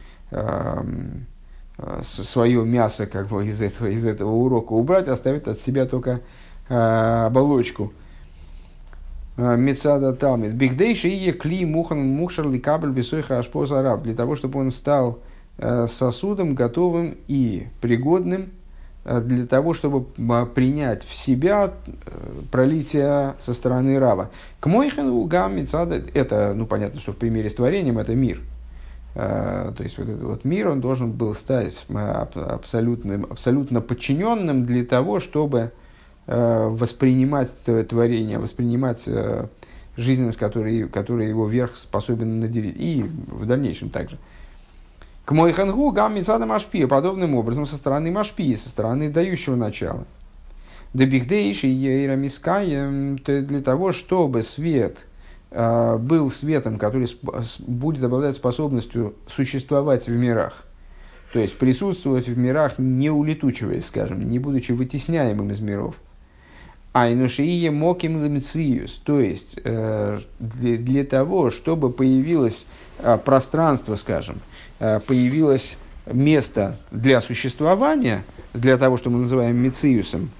свое мясо как бы из этого, из этого урока, убрать, оставить от себя только оболочку. Мицада Талмит. Бигдейши и кли мухан мухшар ликабель висойха ашпоза раб. Для того, чтобы он стал сосудом, готовым и пригодным для того, чтобы принять в себя пролитие со стороны Рава. К мойхену гам мицада, это, ну, понятно, что в примере с творением это мир. То есть, вот этот вот мир, он должен был стать абсолютным, абсолютно подчиненным для того, чтобы воспринимать творение, воспринимать жизненность, которая, которая его верх способен наделить. И в дальнейшем также. К Мойхангу гам мицада машпия, подобным образом со стороны машпии, со стороны дающего начала. Дебихдейши ейрамискаем, для того, чтобы свет э, был светом, который сп- будет обладать способностью существовать в мирах, то есть присутствовать в мирах, не улетучиваясь, скажем, не будучи вытесняемым из миров. Айнушие моким лемциюс, то есть э, для, для того, чтобы появилось э, пространство, скажем, э, появилось место для существования, для того, что мы называем мециюсом,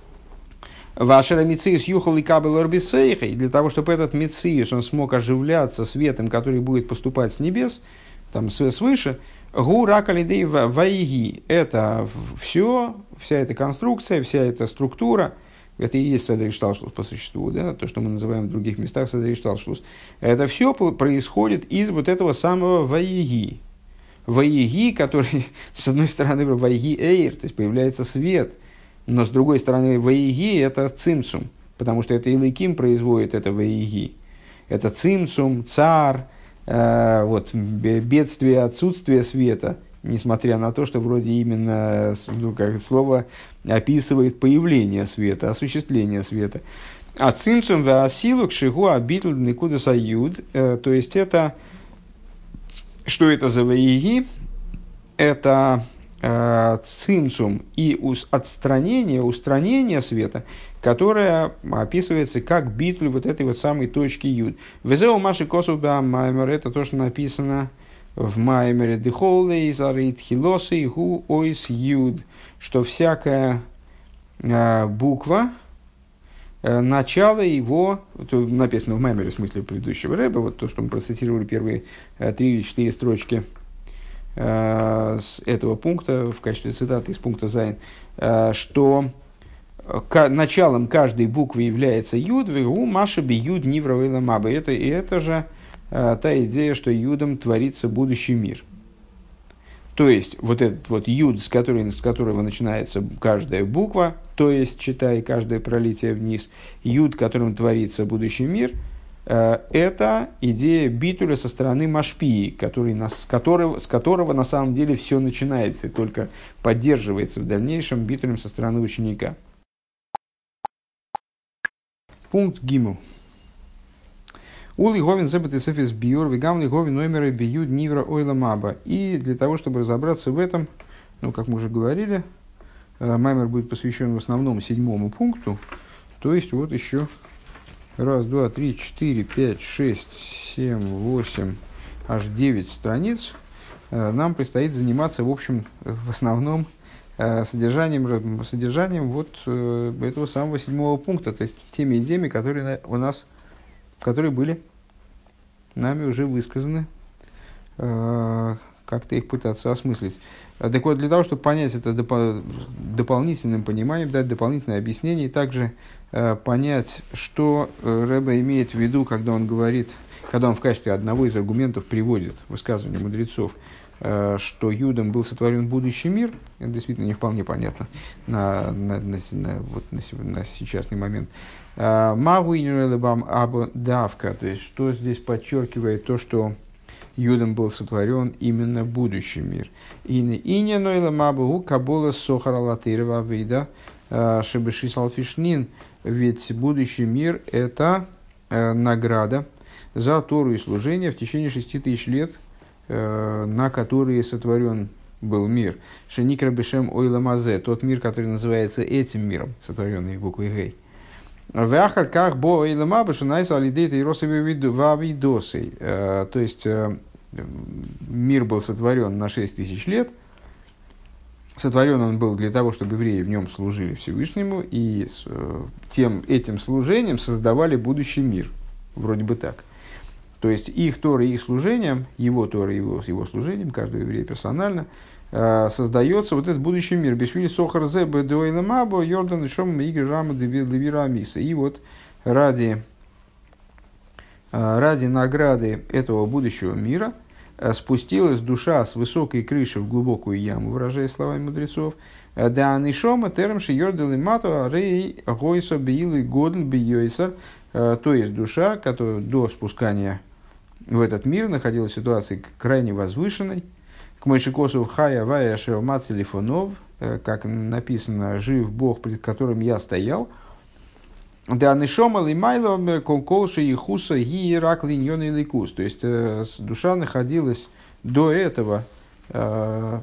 вашера мециюс юхал и кабел орбисейхой, для того, чтобы этот мециюс, он смог оживляться светом, который будет поступать с небес, там свыше, гу ракалидей ваиги, это все, вся эта конструкция, вся эта структура, это и есть Седришталшлус по существу, да, то, что мы называем в других местах Седришталшлус. Это все происходит из вот этого самого ваиги. Ваиги, который, с одной стороны, ваиги эйр, то есть появляется свет, но с другой стороны, ваиги это цимцум, потому что это Илыким производит это ваиги. Это цимцум, цар, э, вот, бедствие, отсутствие света, несмотря на то, что вроде именно ну, как слово описывает появление света, осуществление света. А цимцум ваасилу кшигу абитл никуда саюд, то есть это, что это за ваиги? Это э, цимцум и ус, отстранение, устранение света, которое описывается как битль вот этой вот самой точки юд. Везеу маши косу баамаймер, это то, что написано в Маймере Дехолей Зарит Хилосы Гу Ойс Юд, что всякая э, буква, э, начало его, то написано в Маймере, в смысле предыдущего рэба, вот то, что мы процитировали первые э, три или четыре строчки э, с этого пункта в качестве цитаты из пункта Зайн, э, что к, началом каждой буквы является Юд, Вегу Маша Би Юд Нивра Вейла Маба. Это, и это же та идея, что Юдом творится будущий мир. То есть, вот этот вот Юд, с, которой, с которого начинается каждая буква, то есть, читай каждое пролитие вниз, Юд, которым творится будущий мир, э, это идея битуля со стороны Машпии, который, с, которого, с которого на самом деле все начинается и только поддерживается в дальнейшем битулем со стороны ученика. Пункт Гимл. Ули говин зебет сефис биор, вигамли говин номеры биюд нивра ойла маба. И для того, чтобы разобраться в этом, ну, как мы уже говорили, маймер будет посвящен в основном седьмому пункту. То есть, вот еще раз, два, три, четыре, пять, шесть, семь, восемь, аж девять страниц. Нам предстоит заниматься, в общем, в основном содержанием, содержанием вот этого самого седьмого пункта. То есть, теми идеями, которые у нас которые были нами уже высказаны, э, как-то их пытаться осмыслить. Так вот, для того, чтобы понять это допо- дополнительным пониманием, дать дополнительное объяснение, и также э, понять, что Ребе имеет в виду, когда он говорит, когда он в качестве одного из аргументов приводит высказывание мудрецов, э, что Юдом был сотворен будущий мир, это действительно не вполне понятно на, на, на, на, вот на, на сейчасный момент. Давка, то есть, что здесь подчеркивает то, что Юдом был сотворен именно будущий мир. Иня нойла мабу кабола сохара латырова вида шебеши салфишнин, ведь будущий мир – это награда за Тору и служение в течение шести тысяч лет, на которые сотворен был мир. Шеникра бешем ойла мазе, тот мир, который называется этим миром, сотворенный буквой Гей. В ахарках бо и лама башунайса алидейта и росовидосой. То есть мир был сотворен на шесть тысяч лет. Сотворен он был для того, чтобы евреи в нем служили Всевышнему, и тем, этим служением создавали будущий мир. Вроде бы так. То есть их Тора и их служением, его Тора и его, его служением, каждого еврея персонально, создается вот этот будущий мир. Бешвили сохар зе бедуэйла мабо йордан шом игр рама девира амиса. И вот ради, ради награды этого будущего мира спустилась душа с высокой крыши в глубокую яму, выражая словами мудрецов. Да анишома термши йордел и мату рей гойса биилы годль бийойсар. То есть душа, которая до спускания в этот мир находилась в ситуации крайне возвышенной. К Мойшикосу хая вая шеомат телефонов, как написано, жив Бог, пред которым я стоял. Да анишома лимайло конколши и хуса гиерак линьон и ликус. То есть душа находилась до этого в,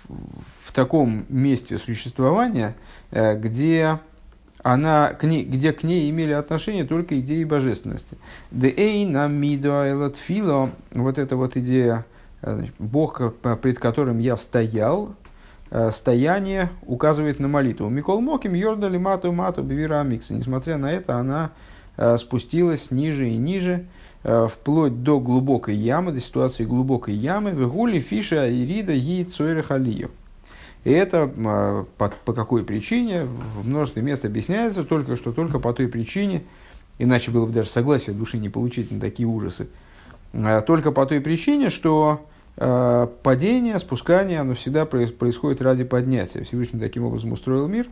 в таком месте существования, где она, к ней, где к ней имели отношение только идеи божественности. Деэйна мидуайлот фило, вот эта вот идея, значит, Бог, пред которым я стоял, стояние указывает на молитву. Микол Моким Йордали Мату Мату Бевира Амикса. Несмотря на это, она спустилась ниже и ниже, вплоть до глубокой ямы, до ситуации глубокой ямы. Вегули Фиша Ирида Ги Цойра Халию. И это по, по какой причине в множестве мест объясняется только что только по той причине, иначе было бы даже согласие души не получить на такие ужасы, только по той причине, что падение, спускание, оно всегда происходит ради поднятия. Всевышний таким образом устроил мир,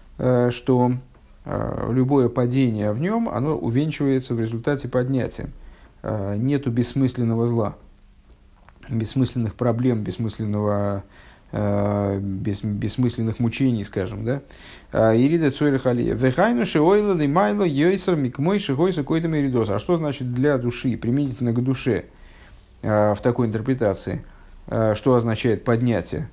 что любое падение в нем, оно увенчивается в результате поднятия. Нету бессмысленного зла, бессмысленных проблем, бессмысленного, бес, бессмысленных мучений, скажем, да. Ирида цойра халия. Вехайну шеойла лимайло йойсер микмой шихойса койдам иридос. А что значит для души, применительно к душе? В такой интерпретации, что означает поднятие,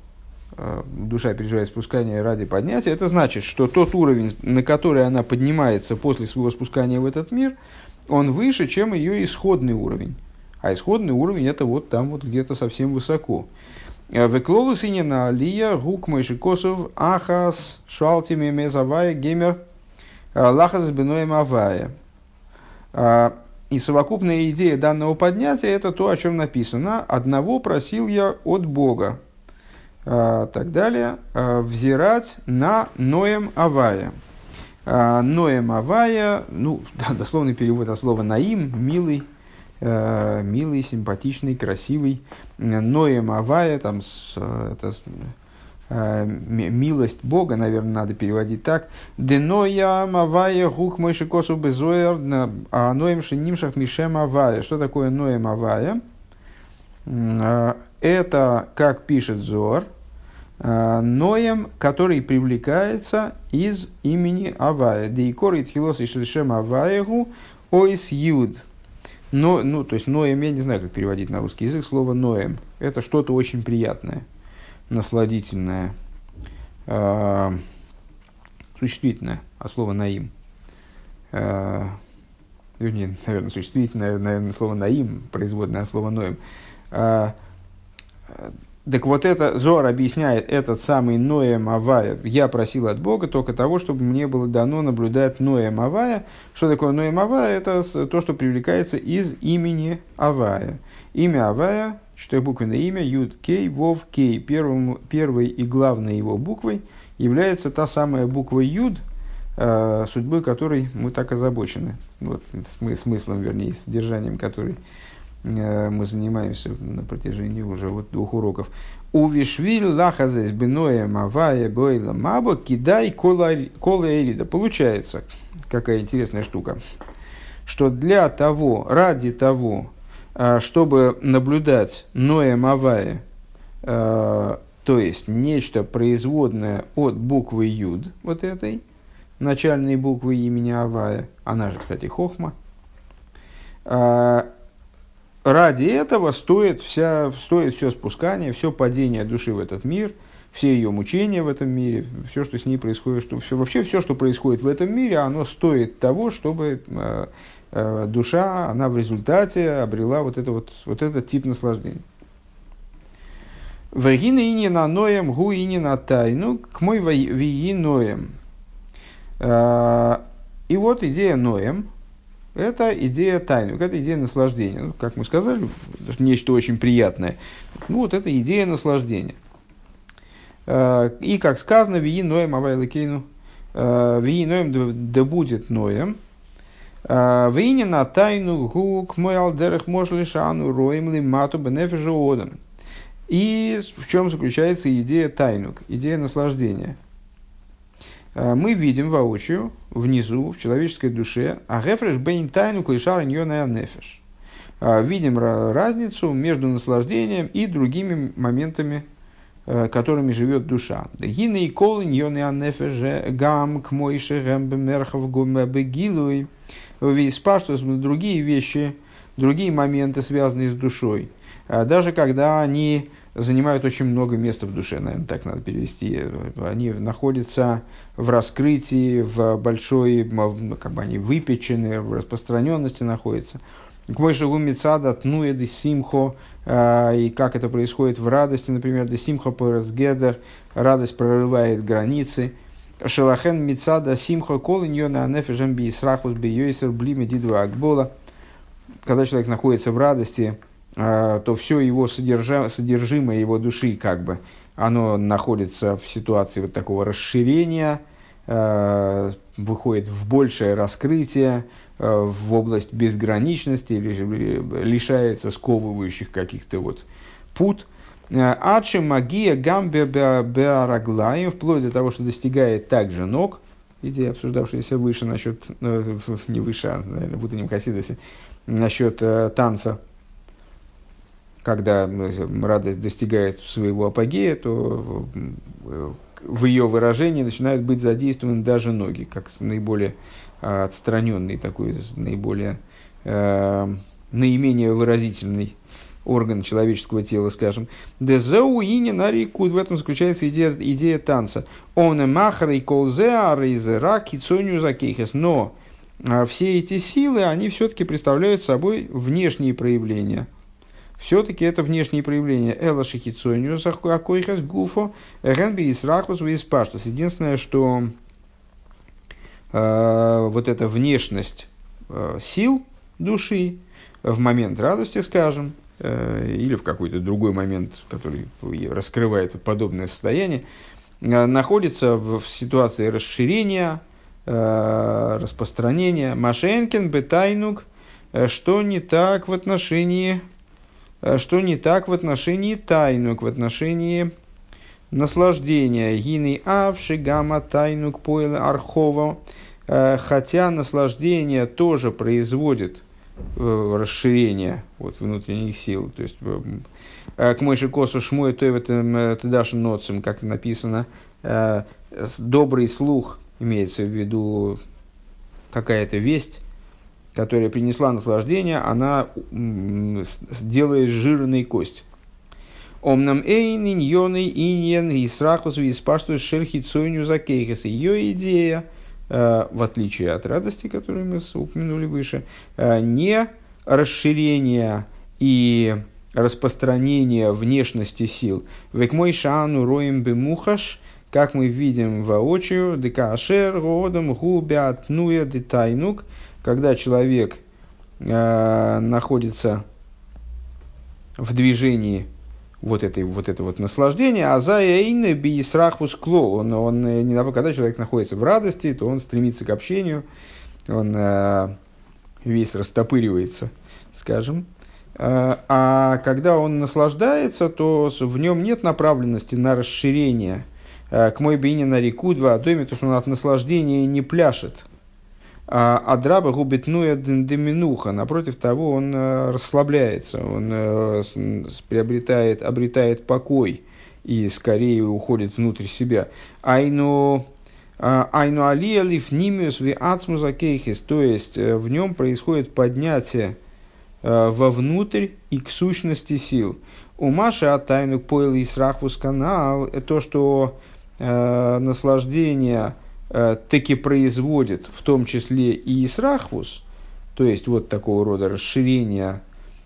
душа переживает спускание ради поднятия, это значит, что тот уровень, на который она поднимается после своего спускания в этот мир, он выше, чем ее исходный уровень. А исходный уровень это вот там вот где-то совсем высоко. Веклолус и на алия гук мойшикосов ахас шалтими мезавая геймер лахас беноем авая. И совокупная идея данного поднятия – это то, о чем написано. «Одного просил я от Бога». А, так далее. А, «Взирать на Ноем Авая». А, Ноем Авая, ну, дословный перевод от слова «наим», «милый», а, «милый», «симпатичный», «красивый». «Ноем Авая», там, с, это, милость Бога, наверное, надо переводить так. Деноя мавая гук мойши косу безоер, а ноем шинимшах мишем авая. Что такое ноем авая? Это, как пишет Зоар, ноем, который привлекается из имени Авая. Дейкор и тхилос и шельшем аваягу ойс юд. Но, ну, то есть ноем, я не знаю, как переводить на русский язык слово ноем. Это что-то очень приятное, насладительное, э, существительное, а слово наим. Э, вернее, наверное, существительное, наверное, слово наим, производное от слова ноем. Э, так вот это, Зоар объясняет этот самый Ноем Авая. Я просил от Бога только того, чтобы мне было дано наблюдать Ноем Авая. Что такое Ноем Авая? Это то, что привлекается из имени Авая. Имя Авая, четырехбуквенное имя, Юд Кей, Вов Кей. Первым, первой и главной его буквой является та самая буква Юд, э, судьбой которой мы так озабочены. Вот, смы- смыслом, вернее, содержанием которой э, мы занимаемся на протяжении уже вот двух уроков. Увишвиль лахазес биноя мавая бойла мабо кидай кола эрида. Получается, какая интересная штука, что для того, ради того, чтобы наблюдать Ноем Авая, э, то есть нечто производное от буквы Юд, вот этой, начальной буквы имени Авая, она же, кстати, Хохма, э, ради этого стоит, вся, стоит все спускание, все падение души в этот мир, все ее мучения в этом мире, все, что с ней происходит, что, все, вообще все, что происходит в этом мире, оно стоит того, чтобы э, э, душа, она в результате обрела вот, это вот, вот этот тип наслаждения. Вегина ини на ноем, гу ини на тайну, к мой вии ноем. И вот идея ноем. Это идея тайны, это идея наслаждения. Ну, как мы сказали, нечто очень приятное. Ну, вот это идея наслаждения. И, как сказано, «Вии ноем авай лекейну», «Вии ноем да будет ноем», Вейнина тайну гук мой алдерах мошлишану роем лимату бенефежу одам. И в чем заключается идея тайнук, идея наслаждения? Мы видим воочию, внизу, в человеческой душе, а гефреш бейн тайнук лишар ньона нефеш. Видим разницу между наслаждением и другими моментами, которыми живет душа. Гины и колы ньона нефеш гам к мойше гэм бемерхов гуме бегилуй. Виспа, что другие вещи, другие моменты, связанные с душой, даже когда они занимают очень много места в душе, наверное, так надо перевести, они находятся в раскрытии, в большой, как бы они выпечены, в распространенности находятся. К мойшегу мицада тнуя де симхо, и как это происходит в радости, например, де симхо порасгедер, радость прорывает границы. Шелахен мицада симха колыньона анефежем би исрахус би йойсер бли медидва акбола. Когда человек находится в радости, то все его содержа, содержимое его души, как бы, оно находится в ситуации вот такого расширения, выходит в большее раскрытие, в область безграничности, лишается сковывающих каких-то вот пут. Адши магия гамбе беараглаем, вплоть до того, что достигает также ног, идея, обсуждавшаяся выше насчет, ну, не выше, а, наверное, в утреннем Хасидосе, насчет э, танца, когда радость достигает своего апогея, то в ее выражении начинают быть задействованы даже ноги, как наиболее отстраненный, такой наиболее, э, наименее выразительный орган человеческого тела, скажем. Дезоу и не нарикут. В этом заключается идея, идея танца. Он махар и колзеар из раки цоню закейхес. Но а, все эти силы, они все-таки представляют собой внешние проявления. Все-таки это внешние проявления. Эла шихицоню закейхес гуфо ренби и срахус виспаштус. Единственное, что а, вот эта внешность а, сил души в момент радости, скажем, или в какой-то другой момент, который раскрывает подобное состояние, находится в ситуации расширения, распространения. Машенкин, бетайнук, что не так в отношении, что не так в отношении тайнук, в отношении наслаждения. Гины авши гамма тайнук поэл архово, хотя наслаждение тоже производит расширение вот, внутренних сил. То есть, к мойши косу шмуэ той в этом тедашин ноцем, как написано, добрый слух, имеется в виду какая-то весть, которая принесла наслаждение, она делает жирной кость. Омнам эйн иньоны иньен и срахус виспаштус шерхи цойню закейхес. Ее идея, в отличие от радости, которую мы упомянули выше, не расширение и распространение внешности сил. Век мой шану роем бемухаш, как мы видим воочию, декашер годом губят нуя детайнук, когда человек э, находится в движении вот, этой, вот это вот наслаждение, а за эйн бисрахвус кло, он, он не когда человек находится в радости, то он стремится к общению, он э, весь растопыривается, скажем, э, а когда он наслаждается, то в нем нет направленности на расширение, э, к мой бейне на реку два доме, то что он от наслаждения не пляшет, а драба губит нуя деминуха, напротив того, он э, расслабляется, он э, приобретает, обретает покой и скорее уходит внутрь себя. Айну айну алия лифнимиус ви ацмуза кейхис, то есть э, в нем происходит поднятие э, вовнутрь и к сущности сил. У Маши атайну поэл и срахвус канал, то, что э, наслаждение таки производит в том числе и исрахвус, то есть вот такого рода расширение,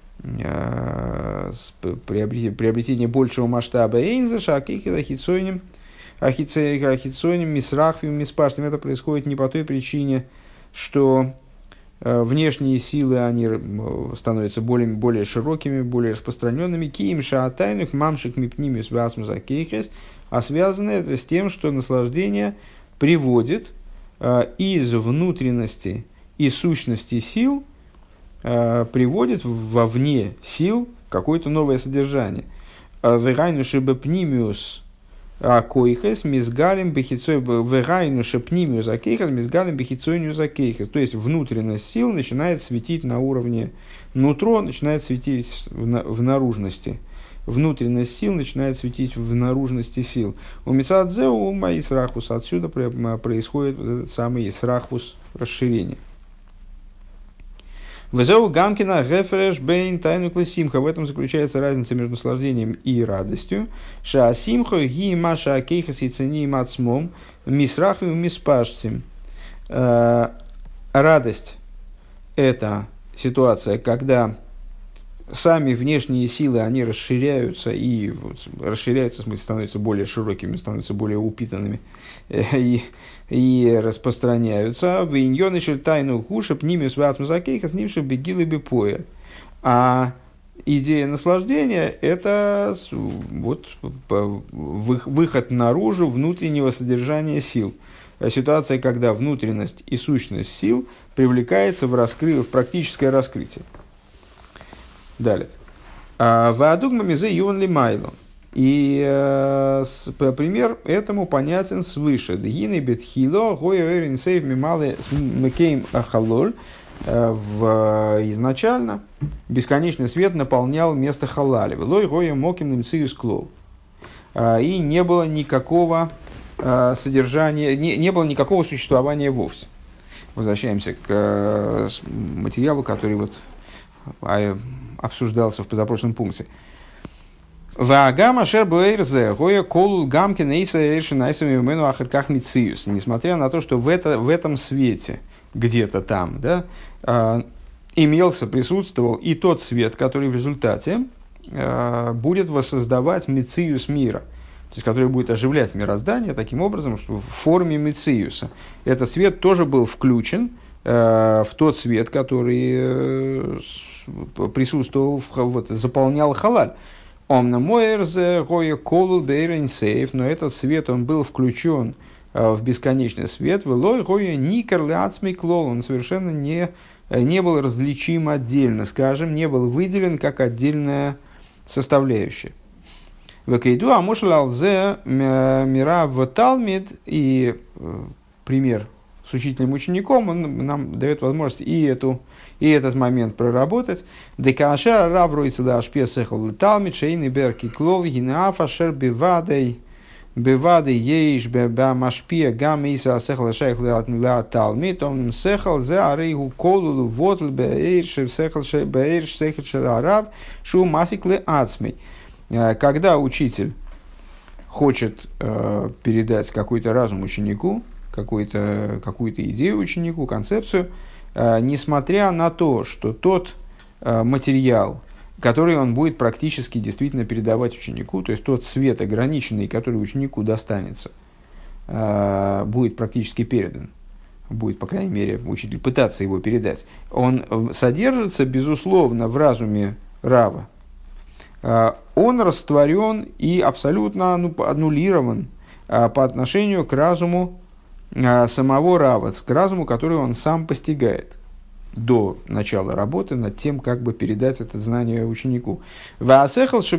приобретение, приобретение большего масштаба эйнзаша, ахицоним, ахицоним, мисрахвим, миспаштим. Это происходит не по той причине, что внешние силы они становятся более, более широкими, более распространенными, киим шаатайных, мамшик мипнимиус васмуза кейхес, а связано это с тем, что наслаждение приводит э, из внутренности, и сущности сил э, приводит вовне сил какое-то новое содержание. Вегайну шебепнимиус акоихес мизгалим бехицой вегайну шепнимиус акейхес мизгалим бехицойню закейхес. То есть внутренность сил начинает светить на уровне нутро, начинает светить в, на, в наружности. Внутренность сил начинает светить в наружности сил. У Мицадзеу ума исрахус. Отсюда происходит этот самый исрахус, расширение. Везеу гамкина рефреш бейн тайну класимха. В этом заключается разница между наслаждением и радостью. Ша симхо ги маша акейхас и цени мацмом мисрахвим миспашцим. Радость – это ситуация, когда сами внешние силы, они расширяются, и вот, расширяются, в смысле, становятся более широкими, становятся более упитанными, и, и распространяются. В иньоне тайну хушеп ними связмузакейха с нимши бегилы бипоя. А идея наслаждения – это вот, выход наружу внутреннего содержания сил. Ситуация, когда внутренность и сущность сил привлекается в, раскры... в практическое раскрытие. Далее. Ваадугма мизе юн лимайло. И э, с, пример этому понятен свыше. Дгины бетхило гоя эрин сейв мималы мекейм ахалоль. Изначально бесконечный свет наполнял место халали. Лой гоя моким немциюс клол. И не было никакого э, содержания, не, не было никакого существования вовсе. Возвращаемся к э, материалу, который вот обсуждался в позапрошлом пункте. Несмотря на то, что в, это, в этом свете, где-то там, да, э, имелся, присутствовал и тот свет, который в результате э, будет воссоздавать мециюс мира, то есть который будет оживлять мироздание таким образом, что в форме мециюса. Этот свет тоже был включен э, в тот свет, который э, присутствовал, вот, заполнял халаль. Омна моэрзе гоя колул бейрен сейф, но этот свет, он был включен э, в бесконечный свет, велой гоя никер ляцмей клол, он совершенно не, не был различим отдельно, скажем, не был выделен как отдельная составляющая. Векейду амушал алзе мира в талмид, и э, пример с учителем-учеником, он нам дает возможность и, эту, и этот момент проработать. Декаша равруется да ашпе сехал талмид шейный берки клол гинафа шер бивадей бивадей ейш беба машпия гам иса сехал шейх ла талмид он сехал зе арейгу колулу вотл беэйш сехал шей беэйш сехал шер арав шу масик ле ацмей. Когда учитель хочет э, передать какой-то разум ученику, какую-то, какую-то идею ученику, концепцию, э, несмотря на то, что тот э, материал, который он будет практически действительно передавать ученику, то есть тот свет ограниченный, который ученику достанется, э, будет практически передан, будет, по крайней мере, учитель пытаться его передать, он содержится, безусловно, в разуме Рава. Он растворен и абсолютно аннулирован по отношению к разуму самого Рава, к разуму, который он сам постигает до начала работы над тем, как бы передать это знание ученику. И получается,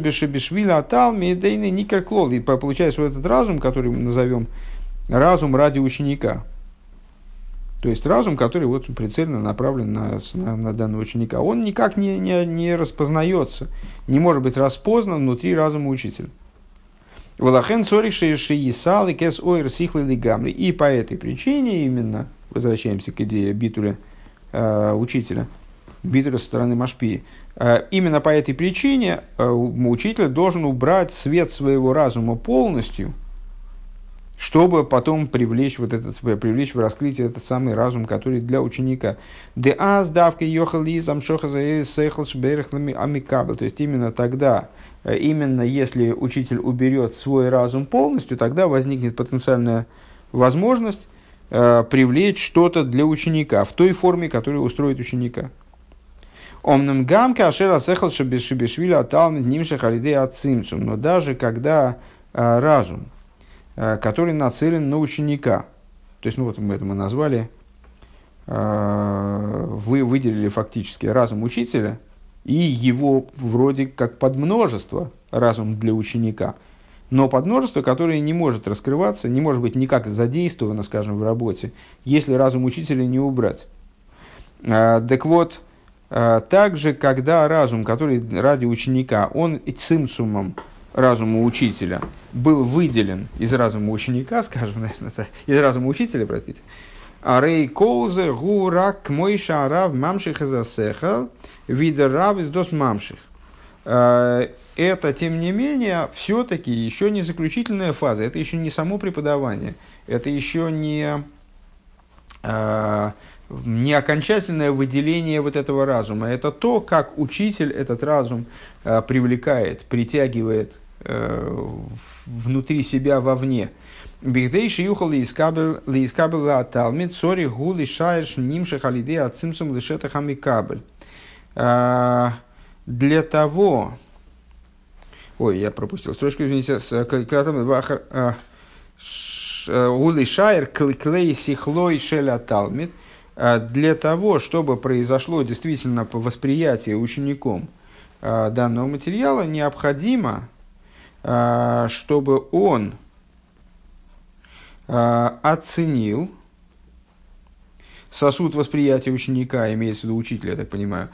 вот этот разум, который мы назовем разум ради ученика, то есть разум, который вот прицельно направлен на, на, на данного ученика, он никак не, не, не распознается, не может быть распознан внутри разума учителя. И по этой причине именно, возвращаемся к идее битуля э, учителя, битуля со стороны Машпии, э, именно по этой причине э, учитель должен убрать свет своего разума полностью, чтобы потом привлечь, вот этот, привлечь в раскрытие этот самый разум, который для ученика. То есть именно тогда, именно если учитель уберет свой разум полностью, тогда возникнет потенциальная возможность э, привлечь что-то для ученика в той форме, которая устроит ученика. Но даже когда э, разум, который нацелен на ученика. То есть, ну вот мы это мы назвали э, вы выделили фактически разум учителя и его вроде как подмножество, разум для ученика, но подмножество, которое не может раскрываться, не может быть никак задействовано, скажем, в работе, если разум учителя не убрать. Так вот, также, когда разум, который ради ученика, он цимцумом разума учителя был выделен из разума ученика, скажем, наверное, из разума учителя, простите, арей колзе гурак мойша арав мамших изасеха вида рав из дос мамших. Это, тем не менее, все-таки еще не заключительная фаза, это еще не само преподавание, это еще не, не окончательное выделение вот этого разума. Это то, как учитель этот разум привлекает, притягивает внутри себя, вовне. Бигдейши юхал лискабель аталмит, сори гули шаеш нимших алидей ацимсум лишета хамикабель. Для того... Ой, я пропустил строчку, извините. Гули шаер клей сихлой шеля талмит. Для того, чтобы произошло действительно восприятие учеником данного материала, необходимо, чтобы он оценил сосуд восприятия ученика, имеется в виду учителя, я так понимаю,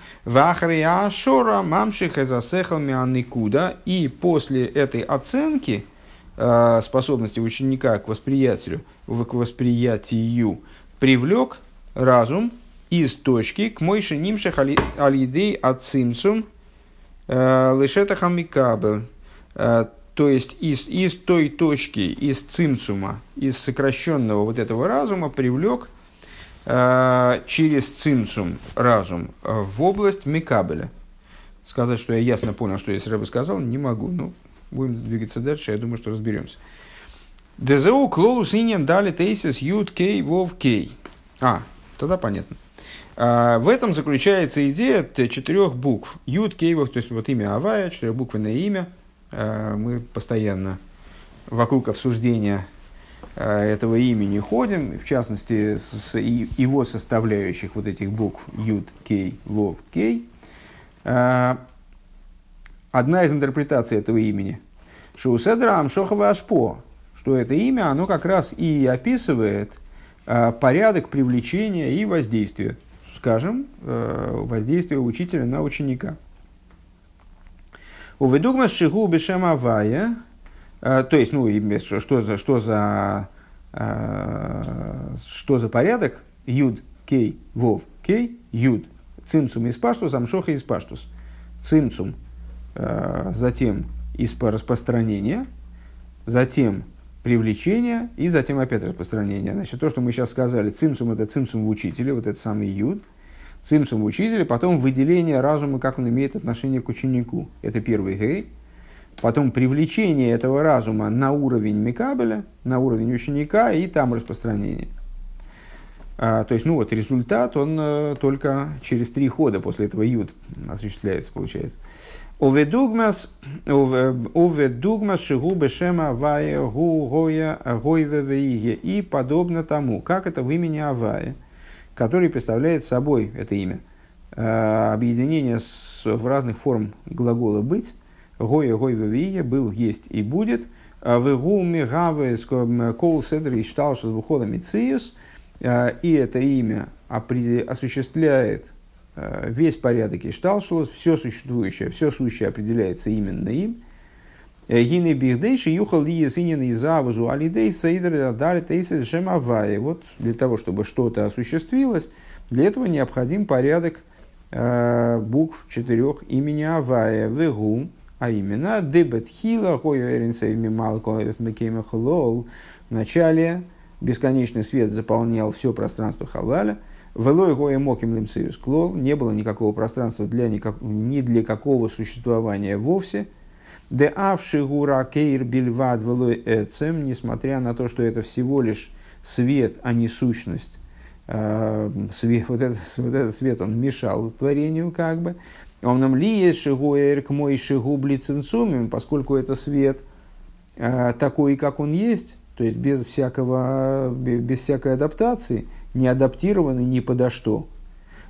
и после этой оценки способности ученика к восприятию, к восприятию привлек разум из точки к мойши нимших алидей ацимцум лишета хамикабель. То есть из, из той точки, из цимцума, из сокращенного вот этого разума привлек э, через цимцум разум в область микабеля. Сказать, что я ясно понял, что если Рэбе сказал, не могу. Ну, будем двигаться дальше, я думаю, что разберемся. Дезеу клолус иньян дали тейсис ют кей вов кей. А, тогда понятно. А, в этом заключается идея четырех букв. Ют кей вов, то есть вот имя Авая, четырехбуквенное имя. Мы постоянно вокруг обсуждения этого имени ходим, в частности, с его составляющих вот этих букв Юд, Кей, Вов, Кей. Одна из интерпретаций этого имени – Шоуседра Амшохова Ашпо, что это имя, оно как раз и описывает порядок привлечения и воздействия, скажем, воздействия учителя на ученика. Уведугмас шигу бешем авая, то есть, ну, что за, что за, что за порядок? Юд, кей, вов, кей, юд. Цимцум из паштус, амшоха из паштус. Цимцум, затем из распространения, затем привлечение и затем опять распространение. Значит, то, что мы сейчас сказали, цимцум — это цимцум в учителе, вот это самый юд. Цимцум в учителе, потом выделение разума, как он имеет отношение к ученику. Это первый гей. Потом привлечение этого разума на уровень микабеля, на уровень ученика, и там распространение. А, то есть, ну вот, результат, он а, только через три хода после этого юд осуществляется, получается. Оведугмас шигу бешема авая гу гоя гойве веиге. И подобно тому, как это в имени Авая, который представляет собой, это имя, объединение с, в разных форм глагола «быть», «гоя гойве вие» был, есть и будет, «вегу мегаве кол седр и шталшус вухода мициус», и это имя осуществляет весь порядок и шталшус, все существующее, все сущее определяется именно им. Гины бихдейши юхал ли есинин и завузу алидей сейдер дали тейсис шемавая. Вот для того, чтобы что-то осуществилось, для этого необходим порядок э, букв четырех имени Авая. Вегу, а именно дебет хила гоя эринсейв мимал коэвет мекейма холол. В начале бесконечный свет заполнял все пространство халаля. Велой гоя моким лимциус клол. Не было никакого пространства для никак, ни для какого существования вовсе. Де авшигура кейр бильвад велой эцем, несмотря на то, что это всего лишь свет, а не сущность. Э, свет, вот, этот, вот этот свет, он мешал творению, как бы. Он нам ли есть шигуэр к мой шигу блицинцумим, поскольку это свет э, такой, как он есть, то есть без всякого, без всякой адаптации, не адаптированный ни подо что.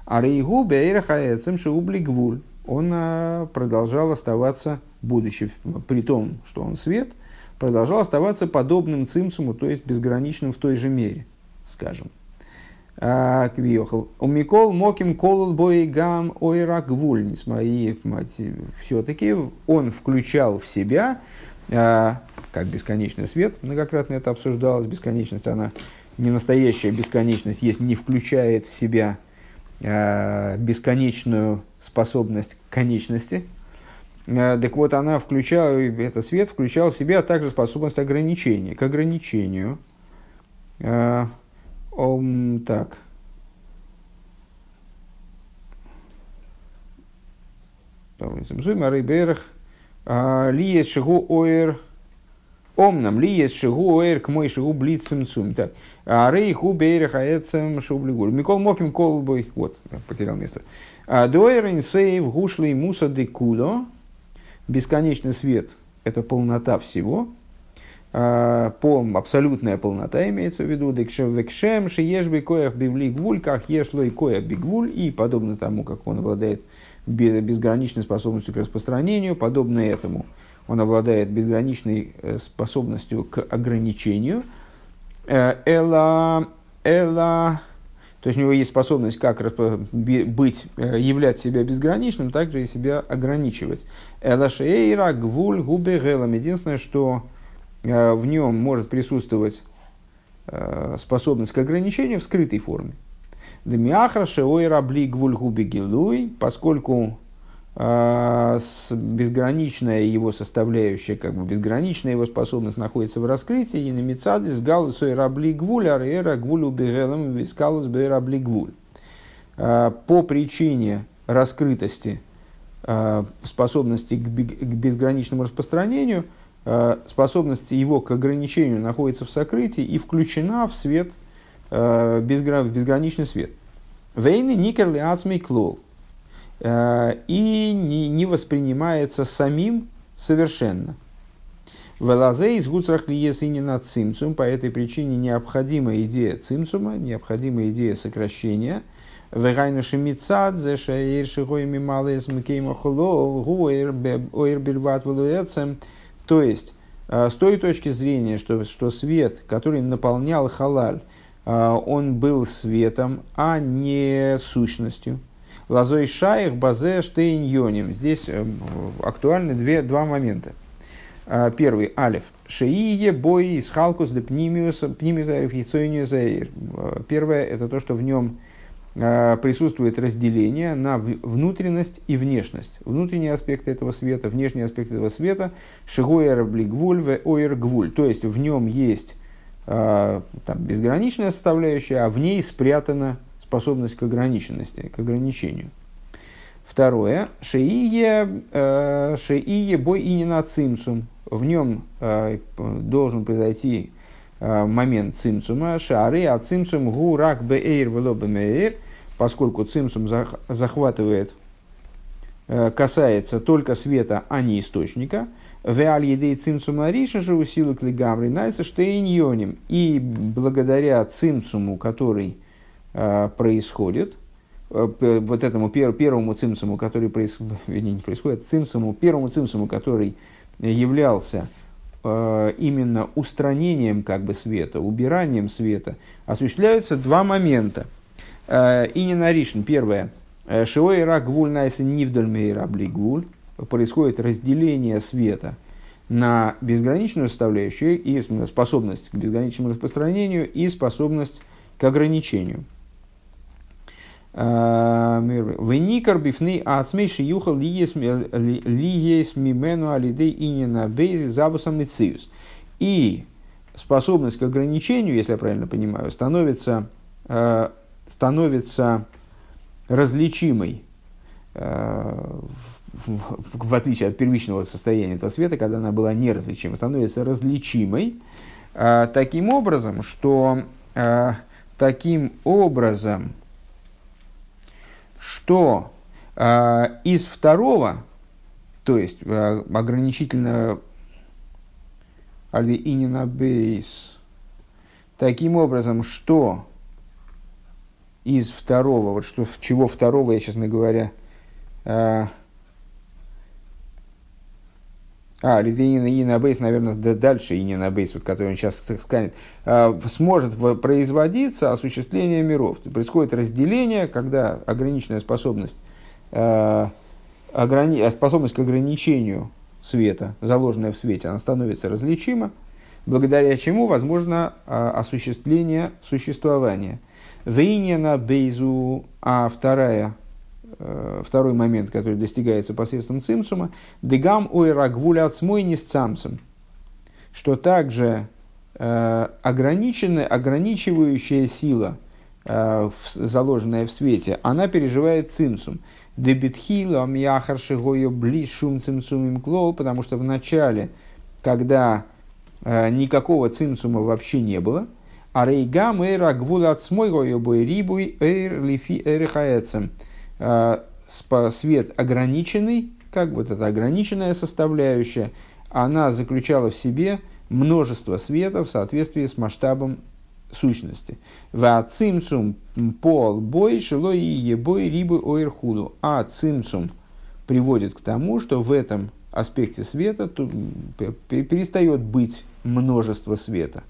А рейгу бейрахаэцем шеублигвуль. Он а, продолжал оставаться, будучи при том, что он свет, продолжал оставаться подобным цимцуму, то есть безграничным в той же мере, скажем. Квиохал. У Микол моким колул бой гам ойра гвуль. Все-таки он включал в себя, как бесконечный свет, многократно это обсуждалось, бесконечность, она не настоящая бесконечность, если не включает в себя бесконечную способность к конечности. Так вот, она включала, этот свет включал в себя также способность ограничения, к ограничению. Ом, так. Ли есть шигу оэр. Омнам ли есть шигу оэр к мой шигу блицем цум. Так. Рей ху бейрах аэцем шублигуль. Микол моким колбой. Вот, потерял место. Дуэрин сейв гушли муса де куло. Бесконечный свет – это полнота всего. По абсолютная полнота имеется в виду, декшем шиешби коях бивли гвуль, как ешлой коях бигвуль, и подобно тому, как он обладает безграничной способностью к распространению, подобно этому он обладает безграничной способностью к ограничению. Эла, эла, то есть у него есть способность как быть, являть себя безграничным, так же и себя ограничивать. Эла шейра гвуль губе гелам. Единственное, что в нем может присутствовать способность к ограничению в скрытой форме. Поскольку безграничная его составляющая, как бы безграничная его способность находится в раскрытии, и на мецадис галус ойрабли гвуль, арера гвуль убегелам вискалус бейрабли гвуль. По причине раскрытости способности к безграничному распространению, способность его к ограничению находится в сокрытии и включена в свет, в безграничный свет. Вейны никерли ацмей клол. И не воспринимается самим совершенно. Велазе из гуцрах ли есинина цимцум. По этой причине необходима идея цимцума, необходима идея сокращения. Вегайну шемицад зе шаир шигоими малес мкейма холол гуэр оэр бельват валуэцем. То есть, с той точки зрения, что, что свет, который наполнял халаль, он был светом, а не сущностью. Лазой шаих базе штейньоним. Здесь актуальны две, два момента. Первый, алиф. Шеие бой из халкус де пнимиус пнимиус. Первое, это то, что в нем присутствует разделение на внутренность и внешность. Внутренний аспект этого света, внешний аспект этого света, шигуэр блигвуль в оэр гвуль. То есть в нем есть там, безграничная составляющая, а в ней спрятана способность к ограниченности, к ограничению. Второе, шеие бой и не на цимцум. В нем должен произойти момент цимцума, шары, а цимцум гу рак бэйр вело бэмэйр, поскольку цимцум захватывает, касается только света, а не источника. Веаль едей цимцума риша же усилок лигамри найса штейньоним. И благодаря цимцуму, который происходит, вот этому пер, первому цимцуму, который происходит, вернее, не происходит, цимцуму, первому цимцуму, который являлся именно устранением как бы света, убиранием света, осуществляются два момента. И не наришен. Первое. Шиой рак гвуль найса нивдальмейра блигвуль. Происходит разделение света на безграничную составляющую и способность к безграничному распространению и способность к ограничению. Веникар бифны ацмейши юхал лиес мимену алидей инина бейзи забусам мициус. И способность к ограничению, если я правильно понимаю, становится, становится различимой, в, в отличие от первичного состояния этого света, когда она была неразличима, становится различимой таким образом, что таким образом, что э, из второго, то есть э, ограничительно инина бейс, таким образом, что из второго, вот что, чего второго, я, честно говоря, а, а Лидейна и на бейс, наверное, да, дальше и не на бейс, вот, который он сейчас сканет, а, сможет производиться осуществление миров. Происходит разделение, когда ограниченная способность, а, ограни, способность к ограничению света, заложенная в свете, она становится различима, благодаря чему возможно а, осуществление существования. Вейня на бейзу, а вторая, э, второй момент, который достигается посредством цимсума, дегам ой рагвуля отсмой не с цамсом, что также э, ограниченная, ограничивающая сила, э, в, заложенная в свете, она переживает цимсум. Дебитхила мьяхаршигою блишум цимсумим клол, потому что в начале, когда э, никакого цимсума вообще не было, а рейгам эйр агвула отсмой гойобой рибуй эйр лифи эрихаэцем. Свет ограниченный, как вот эта ограниченная составляющая, она заключала в себе множество света в соответствии с масштабом сущности. Ва цимцум пол бой шило и ебой рибы оир худу. А цимцум приводит к тому, что в этом аспекте света перестает быть множество света.